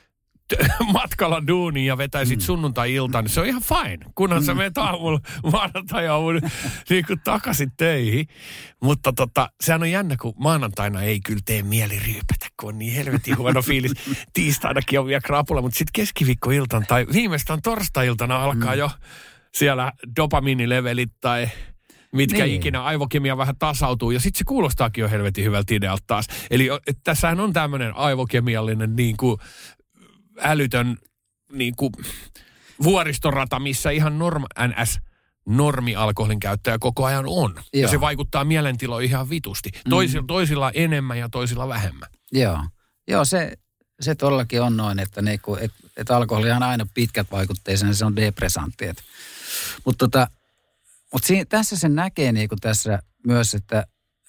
matkalla duuniin ja vetäisit sunnuntai-iltaan, niin se on ihan fine, kunhan sä menet aamulla maanantai-aamulla niin kuin takaisin töihin. Mutta sehän on jännä, kun maanantaina ei kyllä tee mieli ryypätä, kun on niin helvetin huono fiilis. Tiistainakin on vielä krapula, mutta sitten keskiviikkoiltana tai viimeistään torstai-iltana alkaa jo siellä dopamiinilevelit tai mitkä ikinä, aivokemia vähän tasautuu. Ja sitten se kuulostaakin jo helvetin hyvältä idealta taas. Eli tässähän on tämmöinen aivokemiallinen niin kuin älytön niin kuin vuoristorata, missä ihan normi-alkoholin käyttäjä koko ajan on. Joo. Ja se vaikuttaa mielentiloihin ihan vitusti. Toisilla enemmän ja toisilla vähemmän. Joo, se todellakin on noin, että niinku, alkoholi on aina pitkät vaikutteisen, se on depressantti. Mutta tässä sen näkee niinku tässä myös, että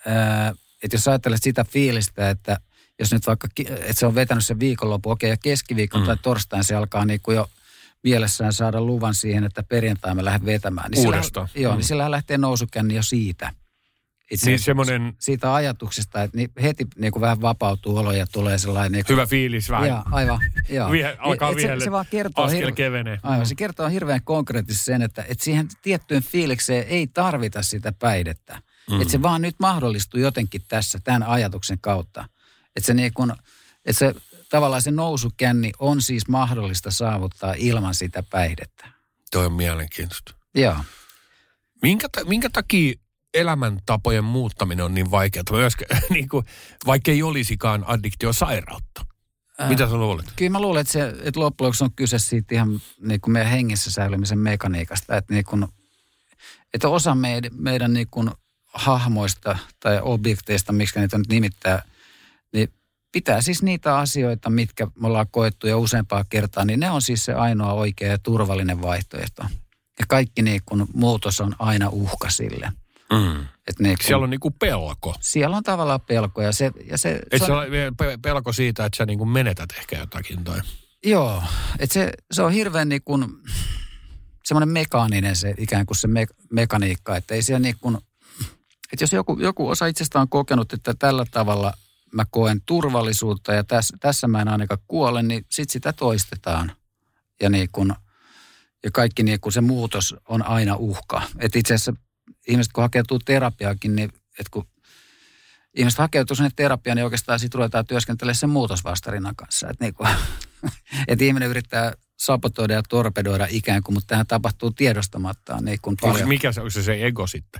jos ajattelet sitä fiilistä, että jos nyt vaikka, että se on vetänyt sen viikonloppu, ja keskiviikon tai torstain se alkaa niinku jo mielessään saada luvan siihen, että perjantai me lähden vetämään. Niin uudestaan. Niin sillä lähtee nousukänni jo siitä. Niin semmoinen siitä ajatuksesta, että heti niinku vähän vapautuu olo ja tulee sellainen niinku hyvä fiilis vähän. Aivan, joo. Alkaa vihelle, se vaan kertoo askel kevenee. Aivan, se kertoo hirveän konkreettisesti sen, että siihen tiettyyn fiilikseen ei tarvita sitä päihdettä. Että se vaan nyt mahdollistuu jotenkin tässä, tämän ajatuksen kautta. Että se tavallaan se nousukänni on siis mahdollista saavuttaa ilman sitä päihdettä. Toi on mielenkiintoista. Joo. Minkä takia elämäntapojen muuttaminen on niin vaikeaa, niin kuin, vaikka ei olisikaan addiktiosairautta? Mitä sä luulet? Kyllä mä luulen, että loppujen lopuksi on kyse siitä ihan niin kuin meidän hengissä säilymisen mekaniikasta. Että, niin kuin, että osa meidän niin kuin hahmoista tai objekteista, miksi niitä nyt nimittää, niin pitää siis niitä asioita, mitkä me ollaan koettu jo useampaa kertaa, niin ne on siis se ainoa oikea ja turvallinen vaihtoehto. Ja kaikki niin kuin muutos on aina uhka sille. Et niin kuin, siellä on niinku pelko. Siellä on tavallaan pelko. Ja se on pelko siitä, että sä niinku menetät ehkä jotakin tai... Joo, että se on hirveän niin kuin semmoinen mekaaninen se ikään kuin se mekaniikka, että ei siellä niin kuin, että jos joku osa itsestä on kokenut, että tällä tavalla mä koen turvallisuutta ja tässä mä en ainakaan kuole, niin sit sitä toistetaan. Ja niin kuin, ja kaikki niin kuin se muutos on aina uhka. Että itse asiassa ihmiset kun hakeutuu terapiaakin, niin että kun ihmiset hakeutuu sinne terapiaan, niin oikeastaan sitten ruvetaan työskentelemään sen muutosvastarinnan kanssa. Että niin että ihminen yrittää sabotoida ja torpedoida ikään kuin, mutta tähän tapahtuu tiedostamattaan niin kuin paljon. Mikä se on se ego sitten?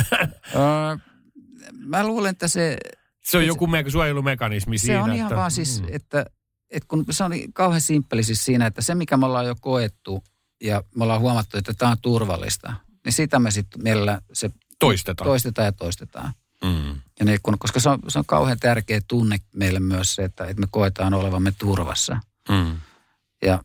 Mä luulen, että se... Se on joku suojelumekanismi siinä. Se on ihan vaan siis, että kun se on kauhean simppeli siis siinä, että se mikä me ollaan jo koettu ja me ollaan huomattu, että tämä on turvallista, niin sitä me sitten meillä se toistetaan. Ja niin koska se on kauhean tärkeä tunne meille myös se, että me koetaan olevamme turvassa. Ja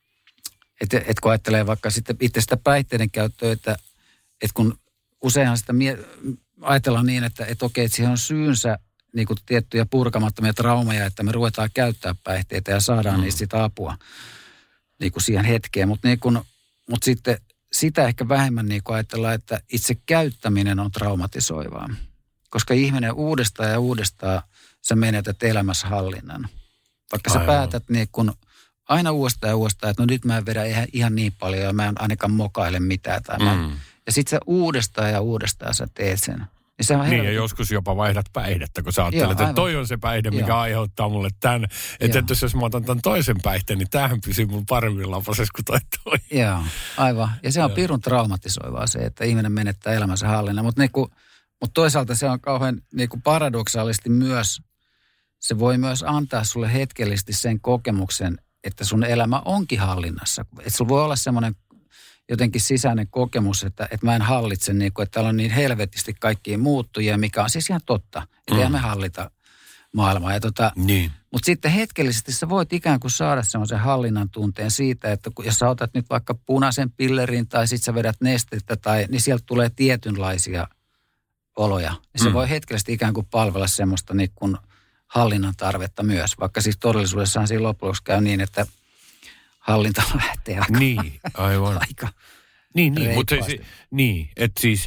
et kun ajattelee vaikka sitten itse sitä päihteiden käyttöä, että kun useinhan sitä ajatellaan niin, että okei, että siihen on syynsä niin kuin tiettyjä purkamattomia traumaja, että me ruvetaan käyttää päihteitä ja saadaan niistä sitä apua niin kuin siihen hetkeen. Mutta sitten sitä ehkä vähemmän niin kuin ajatellaan, että itse käyttäminen on traumatisoivaa. Koska ihminen uudestaan ja uudestaan sä menetät elämässä hallinnan. Vaikka sä päätät niin kuin aina uudestaan ja uudestaan, että no nyt mä en vedä ihan niin paljon ja mä en ainakaan mokaile mitään. Ja sit sä uudestaan ja uudestaan sä teet sen. Niin ja joskus jopa vaihdat päihdettä, kun sä ajattelet, että toi on se päihde, mikä aiheuttaa mulle tämän. Että jos mä otan tämän toisen päihteen, niin tämähän pysyy mun paremmin lapasessa kuin toi. Joo, aivan. Ja se on pirun traumatisoivaa se, että ihminen menettää elämänsä hallinnan. Mutta toisaalta se on kauhean niinku paradoksaalisesti myös, se voi myös antaa sulle hetkellisesti sen kokemuksen, että sun elämä onkin hallinnassa. Että sulla voi olla semmoinen jotenkin sisäinen kokemus, että mä en hallitse, niin kuin, että täällä on niin helvetisti kaikkia muuttujia, mikä on siis ihan totta. Että eihän me hallita maailmaa. Niin. Mutta sitten hetkellisesti sä voit ikään kuin saada semmoisen hallinnan tunteen siitä, että jos sä otat nyt vaikka punaisen pillerin tai sitten sä vedät nestettä, niin sieltä tulee tietynlaisia oloja. Niin se voi hetkellisesti ikään kuin palvella semmoista niin kuin hallinnan tarvetta myös. Vaikka siis todellisuudessaan siinä loppujen käy niin, että hallinta lähtee aika. Niin, aivan. Aika niin, mutta että siis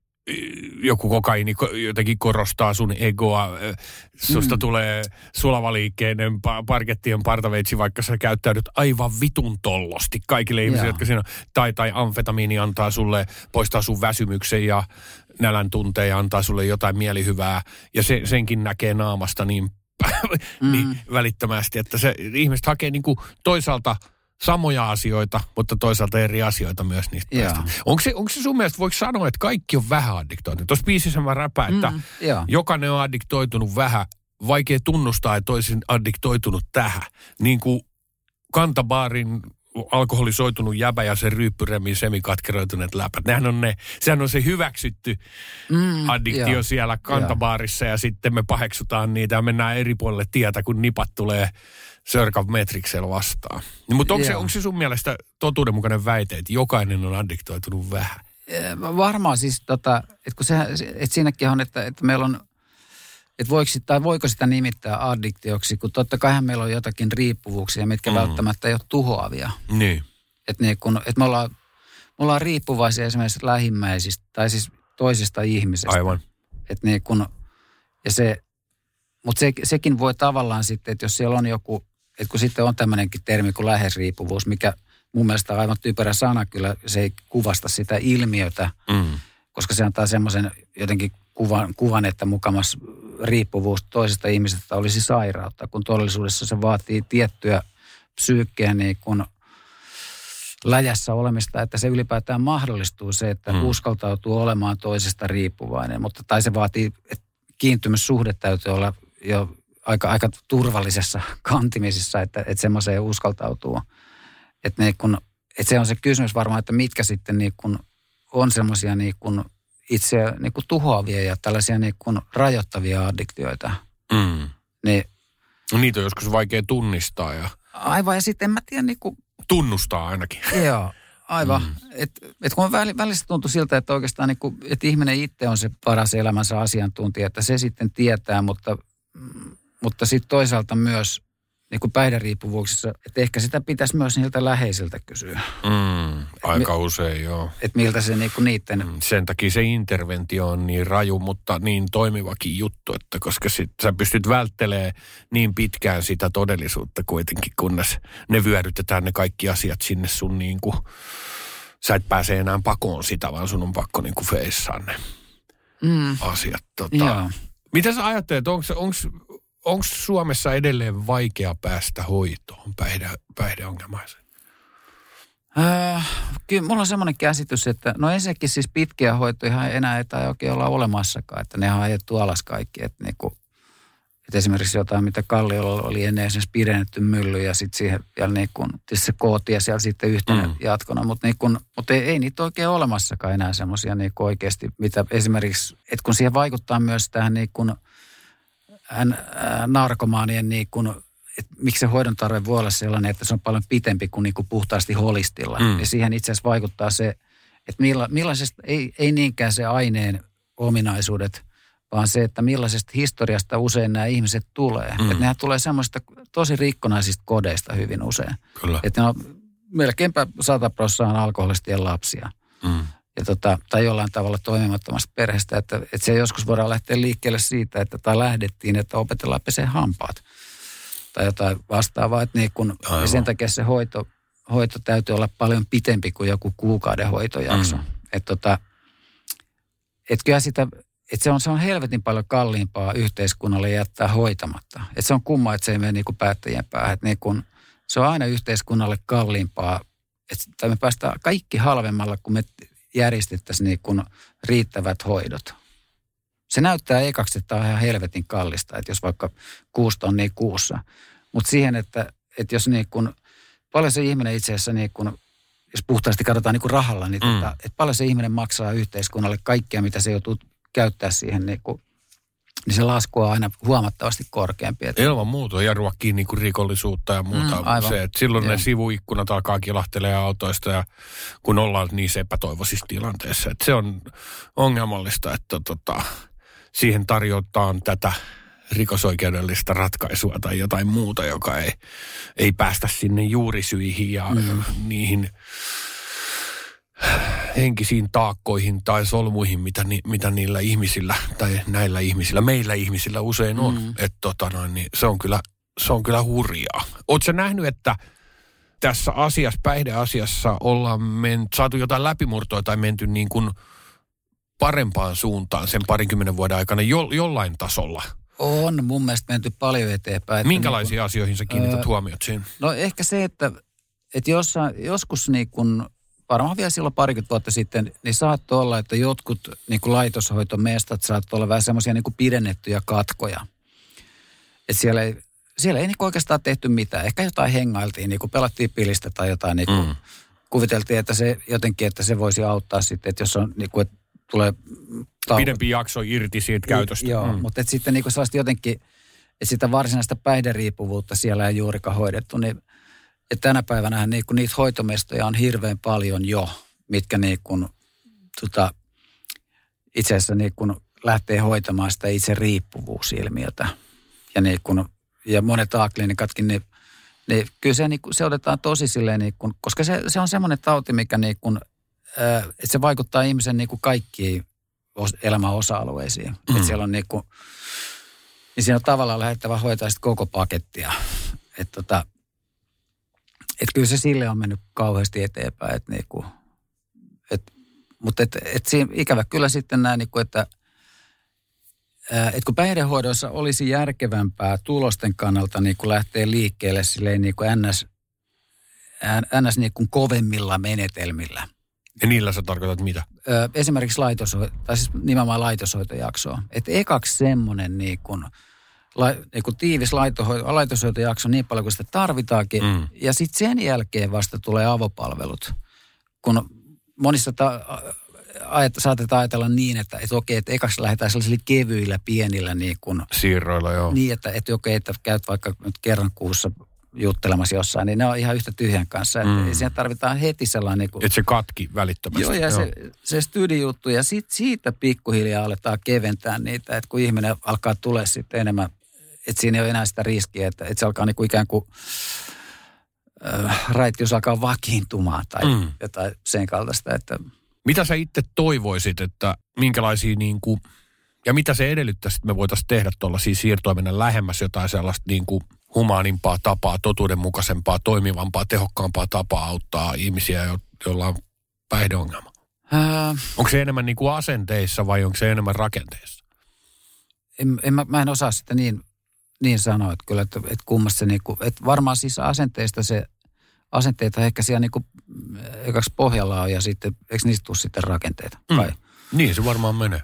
joku kokaini jotenkin korostaa sun egoa. Susta tulee sulavaliikkeinen parkettien partaveitsi, vaikka sä käyttäydyt aivan vitun tollosti kaikille ihmisille, jotka siinä on. Tai amfetamiini antaa sulle, poistaa sun väsymyksen ja nälän tunteen ja antaa sulle jotain mielihyvää. Ja senkin näkee naamasta niin välittömästi, että se ihmiset hakee niinku toisaalta samoja asioita, mutta toisaalta eri asioita myös niistä päästä. Onko se sun mielestä, voiko sanoa, että kaikki on vähän addiktoitunut? Tuossa biisissä mä räpään, että jokainen on addiktoitunut vähän. Vaikea tunnustaa, että olisin addiktoitunut tähän. Niin kuin kantabaarin alkoholisoitunut jäbä ja sen ryyppyremin semikatkeroituneet läpät. Sehän on se hyväksytty addiktio siellä kantabaarissa ja sitten me paheksutaan niitä ja mennään eri puolelle tietä, kun nipat tulee Circa Metricsellä vastaan. Mutta onko se sun mielestä totuudenmukainen väite, että jokainen on addiktoitunut vähän? Varmaan siis, että siinäkin on, että meillä on, että voiko sitä nimittää addiktioksi, kun totta kaihan meillä on jotakin riippuvuuksia, mitkä välttämättä ei ole tuhoavia. Niin. Että me ollaan riippuvaisia esimerkiksi lähimmäisistä, tai siis toisesta ihmisestä. Aivan. Että mutta sekin voi tavallaan sitten, että jos siellä on joku, että kun sitten on tämmöinenkin termi kuin läheisriippuvuus, mikä mun mielestä on aivan typerä sana, kyllä se ei kuvasta sitä ilmiötä, koska se antaa semmoisen jotenkin kuvan, että mukamas riippuvuus toisesta ihmisestä olisi sairautta, kun todellisuudessa se vaatii tiettyä psyykkeä niin kuin läjässä olemista, että se ylipäätään mahdollistuu se, että uskaltautuu olemaan toisesta riippuvainen, mutta tai se vaatii, että kiintymyssuhde täytyy olla jo aika turvallisessa kantimisissa, että semmoiseen uskaltautuu. Että se on se kysymys varmaan, että mitkä sitten niin kuin on semmoisia niin kuin itse niin kuin tuhoavia ja tällaisia niin kuin rajoittavia addiktioita. Niitä on joskus vaikea tunnistaa ja... Aivan, ja sitten en mä tiedä niin kuin... Tunnustaa ainakin. Joo, aivan. Et kun välissä tuntuu siltä, että oikeastaan niin kuin, että ihminen itse on se paras elämänsä asiantuntija, että se sitten tietää, mutta sitten toisaalta myös niin kuin päihderiippuvuuksissa, että ehkä sitä pitäisi myös niiltä läheisiltä kysyä. Aika usein, joo. Että miltä se niin kuin niiden... Sen takia se interventio on niin raju, mutta niin toimivakin juttu, että koska sä pystyt välttelemään niin pitkään sitä todellisuutta kuitenkin, kunnes ne vyörytetään ne kaikki asiat sinne sun niin kuin... Sä et pääse enää pakoon sitä, vaan sun on pakko niin kuin feissaan ne asiat. Mitä sä ajattelet, onko Suomessa edelleen vaikea päästä hoitoon päihdeongelmaisen? Kyllä mulla on semmoinen käsitys, että no ensinnäkin siis pitkiä hoitoja enää ei oikein olla olemassakaan, että ne on ajettu alas kaikki. Että esimerkiksi jotain, mitä Kalliolla oli ennen esimerkiksi pidennetty mylly ja sitten siihen vielä se kooti ja siellä sitten yhtenä jatkona. Mutta ei niitä oikein olemassakaan enää semmoisia oikeasti, mitä esimerkiksi, että kun siihen vaikuttaa myös tähän narkomaanien että miksi se hoidon tarve voi olla sellainen, että se on paljon pitempi kuin puhtaasti holistilla. Ja siihen itse asiassa vaikuttaa se, että millaisesta, ei niinkään se aineen ominaisuudet, vaan se, että millaisesta historiasta usein nämä ihmiset tulee. Että nehän tulee semmoisista tosi rikkonaisista kodeista hyvin usein. Kyllä. Että ne on melkeinpä 100% alkoholistien lapsia. Tai jollain tavalla toimimattomasta perheestä, että se joskus voidaan lähteä liikkeelle siitä, että lähdettiin, että opetellaan pesee hampaat tai jotain vastaavaa. Että ja sen takia se hoito täytyy olla paljon pitempi kuin joku kuukauden hoitojakso. Että kyllä sitä, että se on helvetin paljon kalliimpaa yhteiskunnalle jättää hoitamatta. Että se on kumma, että se ei mene päättäjien päähän. Että se on aina yhteiskunnalle kalliimpaa, että me päästään kaikki halvemmalla, kun me järjestettäisiin riittävät hoidot. Se näyttää ekaksi, että tämä on ihan helvetin kallista, että jos vaikka 6 tonnia kuussa. Mutta siihen, että jos paljon se ihminen itse asiassa, jos puhtaasti katsotaan rahalla, niin että paljon se ihminen maksaa yhteiskunnalle kaikkea, mitä se joutuu käyttää siihen, niin se lasku on aina huomattavasti korkeampi. Ilman muuta ja ruokkii rikollisuutta ja muuta. Se, että silloin ne sivuikkunat alkaa kilahtelemaan autoista ja kun ollaan niissä epätoivoisissa tilanteissa. Että se on ongelmallista, että siihen tarjotaan tätä rikosoikeudellista ratkaisua tai jotain muuta, joka ei päästä sinne juurisyihin ja niihin henkisiin taakkoihin tai solmuihin, mitä niillä ihmisillä tai näillä ihmisillä, meillä ihmisillä usein on. Että niin se on kyllä hurjaa. Ootko sä nähnyt, että tässä asiassa, päihdeasiassa ollaan saatu jotain läpimurtoa tai menty niin kuin parempaan suuntaan sen 20 vuoden aikana jollain tasolla? On mun mielestä menty paljon eteenpäin. Minkälaisiin asioihin sä kiinnität huomiot siinä? No ehkä se, että joskus varmaan vielä silloin 20 vuotta sitten, niin saattoi olla, että jotkut laitoshoitomestat saattoi olla vähän semmoisia pidennettyjä katkoja. Että siellä ei oikeastaan tehty mitään. Ehkä jotain hengailtiin, pelattiin pilistä tai jotain. Kuviteltiin, että se jotenkin, että se voisi auttaa sitten, että jos on että tulee... Pidempi jakso irti siitä käytöstä. Joo, mutta että sitten sellaista jotenkin, että sitä varsinaista päihderiippuvuutta siellä ei juurikaan hoidettu, niin että tänä päivänä niitä hoitomestoja on hirveän paljon jo, mitkä itse asiassa lähtee hoitamaan sitä itse riippuvuusilmiötä. Ja monet A-klinikatkin, niin kyllä se otetaan tosi silleen, koska se on semmoinen tauti, mikä että se vaikuttaa ihmisen kaikkiin elämän osa-alueisiin. Että siellä on niin siinä on tavallaan lähdettävä hoitaa sitä koko pakettia. Että kyllä se sille on mennyt kauheasti eteenpäin. Mutta siinä ikävä kyllä sitten nämä, että että kun päihdehoidoissa olisi järkevämpää tulosten kannalta niin kuin lähteä liikkeelle silleen niin kuin ns. Niin kuin kovemmilla menetelmillä. Ja niillä sä tarkoitat mitä? Esimerkiksi siis nimenomaan laitoshoitojaksoa. Että ekaksi semmoinen niin kuin tiivis laitoshoitojakso niin paljon kuin sitä tarvitaankin. Ja sitten sen jälkeen vasta tulee avopalvelut. Kun monissa saatetaan ajatella niin, että okei, että ekaksi lähdetään sellaisilla kevyillä, pienillä niin kuin siirroilla, joo. Niin, että okei, että käyt vaikka nyt kerran kuussa juttelemassa jossain, niin ne on ihan yhtä tyhjän kanssa. Että siinä tarvitaan heti sellainen niin kuin, että se katki välittömästi. Joo, ja se studijuttu, ja siitä pikkuhiljaa aletaan keventää niitä, että kun ihminen alkaa tulee sitten enemmän, että siinä ei ole enää sitä riskiä, että se alkaa niin kuin ikään kuin raittius alkaa vakiintumaan tai jotain sen kaltaista, että mitä sä itse toivoisit, että minkälaisia niin kuin, ja mitä se edellyttäisi, että me voitaisiin tehdä tuollaisia siirtoimenen lähemmäs jotain sellaista niin kuin humaanimpaa tapaa, totuudenmukaisempaa, toimivampaa, tehokkaampaa tapaa auttaa ihmisiä, joilla on päihdeongelma? Onko se enemmän niin kuin asenteissa vai onko se enemmän rakenteissa? Mä en osaa sitä niin sanoa, että kyllä, että kummassa se niin kuin, että varmaan siis asenteista asenteita ehkä siellä niin kuin ekaksi pohjalla on ja sitten, eikö niistä tule sitten rakenteita? Kai? Niin se varmaan menee.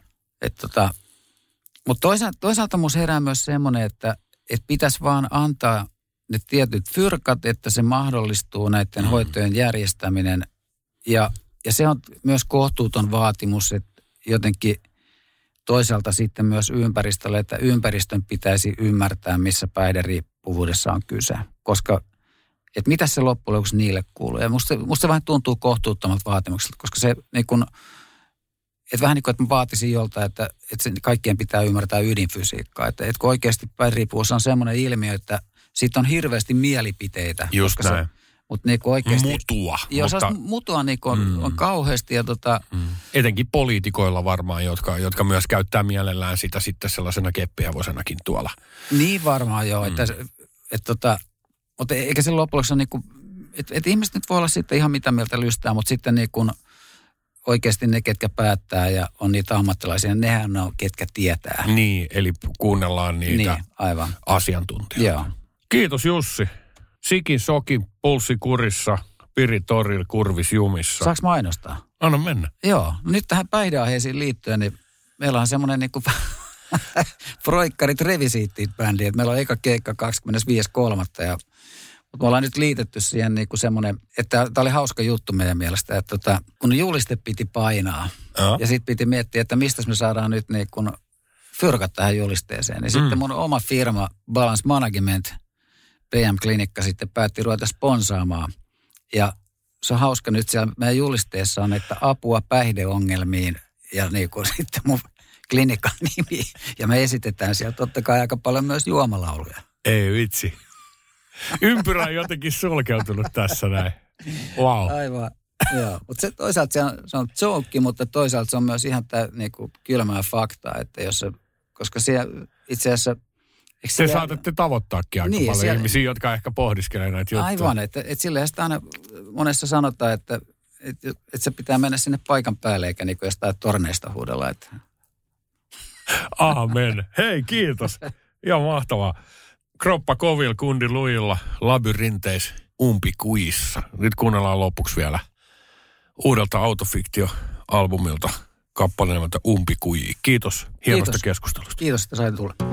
Mutta toisaalta musta herää myös semmoinen, että pitäisi vaan antaa ne tietyt fyrkat, että se mahdollistuu näiden hoitojen järjestäminen. Ja se on myös kohtuuton vaatimus, että jotenkin toisaalta sitten myös ympäristölle, että ympäristön pitäisi ymmärtää, missä päihderiippuvuudessa on kyse. Koska, että mitä se loppujen lopuksi niille kuuluu. Ja musta se vähän tuntuu kohtuuttomalta vaatimukselta, koska se niin kuin, että vähän niin kuin, että mä vaatisin joltain, että kaikkien pitää ymmärtää ydinfysiikkaa. Että kun oikeasti päihderiippuvuus on semmoinen ilmiö, että siitä on hirveästi mielipiteitä. Just näin. Mutta niin oikeasti mutua. Joo, mutua niin on kauheasti. Ja etenkin poliitikoilla varmaan, jotka myös käyttää mielellään sitä sitten sellaisena keppihevosenakin tuolla. Niin varmaan joo. Mutta eikä se loppujen lopuksi ole niin kuin, että ihmiset nyt voi olla sitten ihan mitä mieltä lystää, mutta sitten niin kuin oikeasti ne, ketkä päättää ja on niitä ammattilaisia, nehän on, ketkä tietää. Niin, eli kuunnellaan niitä niin, aivan. Asiantuntijoita. Joo. Kiitos Jussi. Sikin sokin, pulssi kurissa, Piri torilla, kurvis jumissa. Saanko mainostaa? Anna mennä. Joo. No nyt tähän päihdeaiheisiin liittyen, niin meillä on semmoinen niin kuin Froikkarit Revisiittit-bändi, että meillä on eka keikka 25.3. Mutta me ollaan nyt liitetty siihen niin kuin semmoinen, että tämä oli hauska juttu meidän mielestä, että kun juliste piti painaa ja sitten piti miettiä, että mistä me saadaan nyt niin kuin fyrkat tähän julisteeseen. Niin sitten mun oma firma Balance Management, PM-klinikka sitten päätti ruveta sponsaamaan. Ja se on hauska nyt siellä meidän julisteessa on, että apua päihdeongelmiin ja niin kuin sitten mun klinikan nimi. Ja me esitetään siellä totta kai aika paljon myös juomalauluja. Ei vitsi. Ympyrä on jotenkin sulkeutunut tässä näin. Wow. Aivan, joo. Mutta se toisaalta se on joke, mutta toisaalta se on myös ihan tämä niinku kylmää faktaa, että jos se, koska siellä itse asiassa te saatatte tavoittaakin aika paljon ihmisiä, jotka ehkä pohdiskelee näitä juttuja. Aivan, että silleen sitä aina monessa sanotaan, että se pitää mennä sinne paikan päälle, eikä niin kuin jostain torneista huudella. Että. Amen. Hei, kiitos. Ihan mahtavaa. Kroppa kovilla, kundi lujilla, labyrinteis, umpikuissa. Nyt kuunnellaan lopuksi vielä uudelta Autofiktio-albumilta kappaleen nimeltä Umpikuji. Kiitos hienosta keskustelusta. Kiitos, että sait tulla.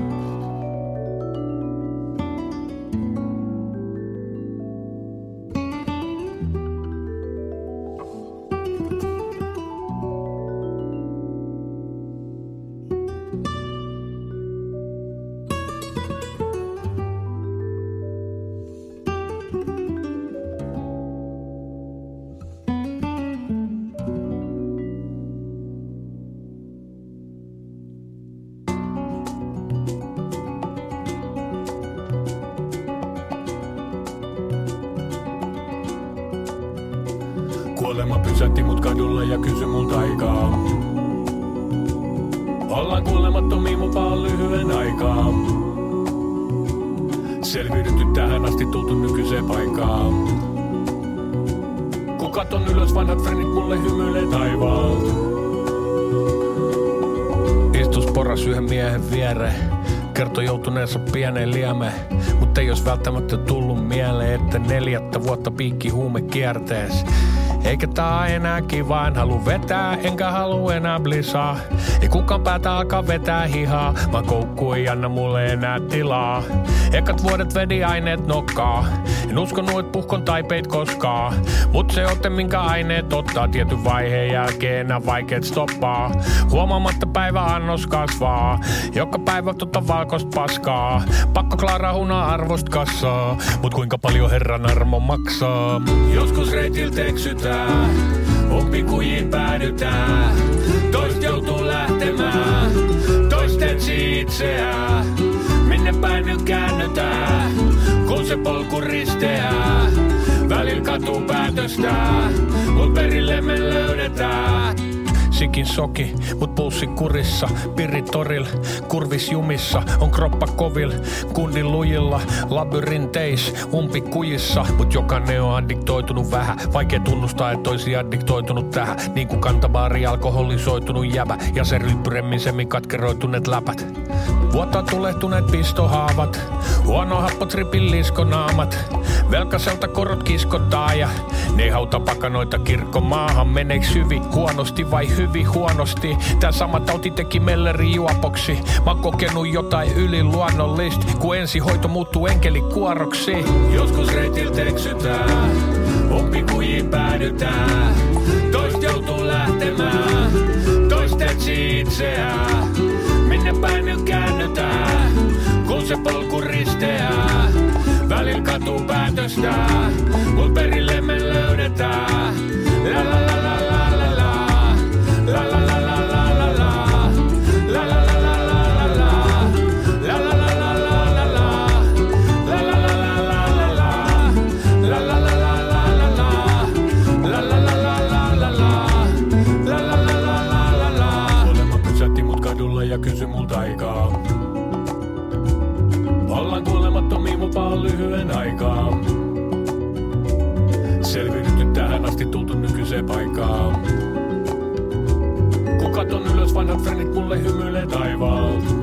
Kuolema pysäytti mut kadulla ja kysyi multa aikaa. Ollaan kuolemattomia, mutta on lyhyen aikaa. Selviydytty tähän asti, tultu nykyiseen paikkaan. Kun katon ylös, vanhat frendit mulle hymyilee taivaalta. Istus porras yhä yhden miehen viereen. Kertoi joutuneensa pieneen liemeen, mutta ei jos välttämättä tullut mieleen, että 4 vuotta piikki huume kiertees. Eikä tää enää kiva, en halu vetää, enkä halu enää blisaa. Ei kukaan päätä alkaa vetää hihaa, vaan koukku ei anna mulle enää tilaa. Ekat vuodet vedi aineet nokkaa, en uskonut et puhkon taipeit koskaan. Mut se ote minkä aineet ottaa, tietyn vaiheen jälkeen enää vaikeet stoppaa. Huomaamatta päivä annos kasvaa, joka päivä valkoista paskaa. Pakko klaarahuna arvost kassaa, mut kuinka paljon herran armo maksaa. Joskus reitiltä eksytään, umpikujiin päädytään. Toist joutuu lähtemään, toist etsi itseään. Minne päin nyt käännytään, kun se polku risteää. Välillä katuu päätöstään, mut perille me löydetään. Sikin soki, mut pulssi kurissa, pirri toril, kurvis jumissa, on kroppa kovil, kundin lujilla, labyrinteis, umpikujissa, mut jokainen on addiktoitunut vähän, vaikea tunnustaa, et oisi addiktoitunut tähän, niin kuin kantabaari alkoholisoitunut jäbä, ja se ryppyremmin semikatkeroituneet läpät. Vuotta tulehtuneet pistohaavat, huono happotripin liskonaamat, velkaselta korot kiskotaan ja ne hauta pakanoita kirkkomaahan. Meneeks hyvin huonosti vai hyvin huonosti? Tää sama tauti teki melleri juopoksi. Mä oon kokenut jotain yliluonnollista, kun ensihoito muuttuu enkelikuoroksi. Joskus reitiltä eksytään, umpikujiin päädytään. Toist joutuu lähtemään, toist etsi itseään. Minne päin nyt käännytään, kun se polku risteää. Välillä katuu päätöstään, mut perille me löydetään. La la la la la la la, la la la la la la la, la la la la la la la, la la la la la la la, la la la la la la la, la la la la la la la, la la la la la la la, la la la la la la. Molemmat pysähti mut kadulla ja kysyi multa aikaa. Ollaan kuolemattomia, mut vaan lyhyen aikaa. Selviydytty tähän asti, tultu nykyiseen paikkaan. Kun katon ylös, vanhat frendit mulle hymyilee taivaalta.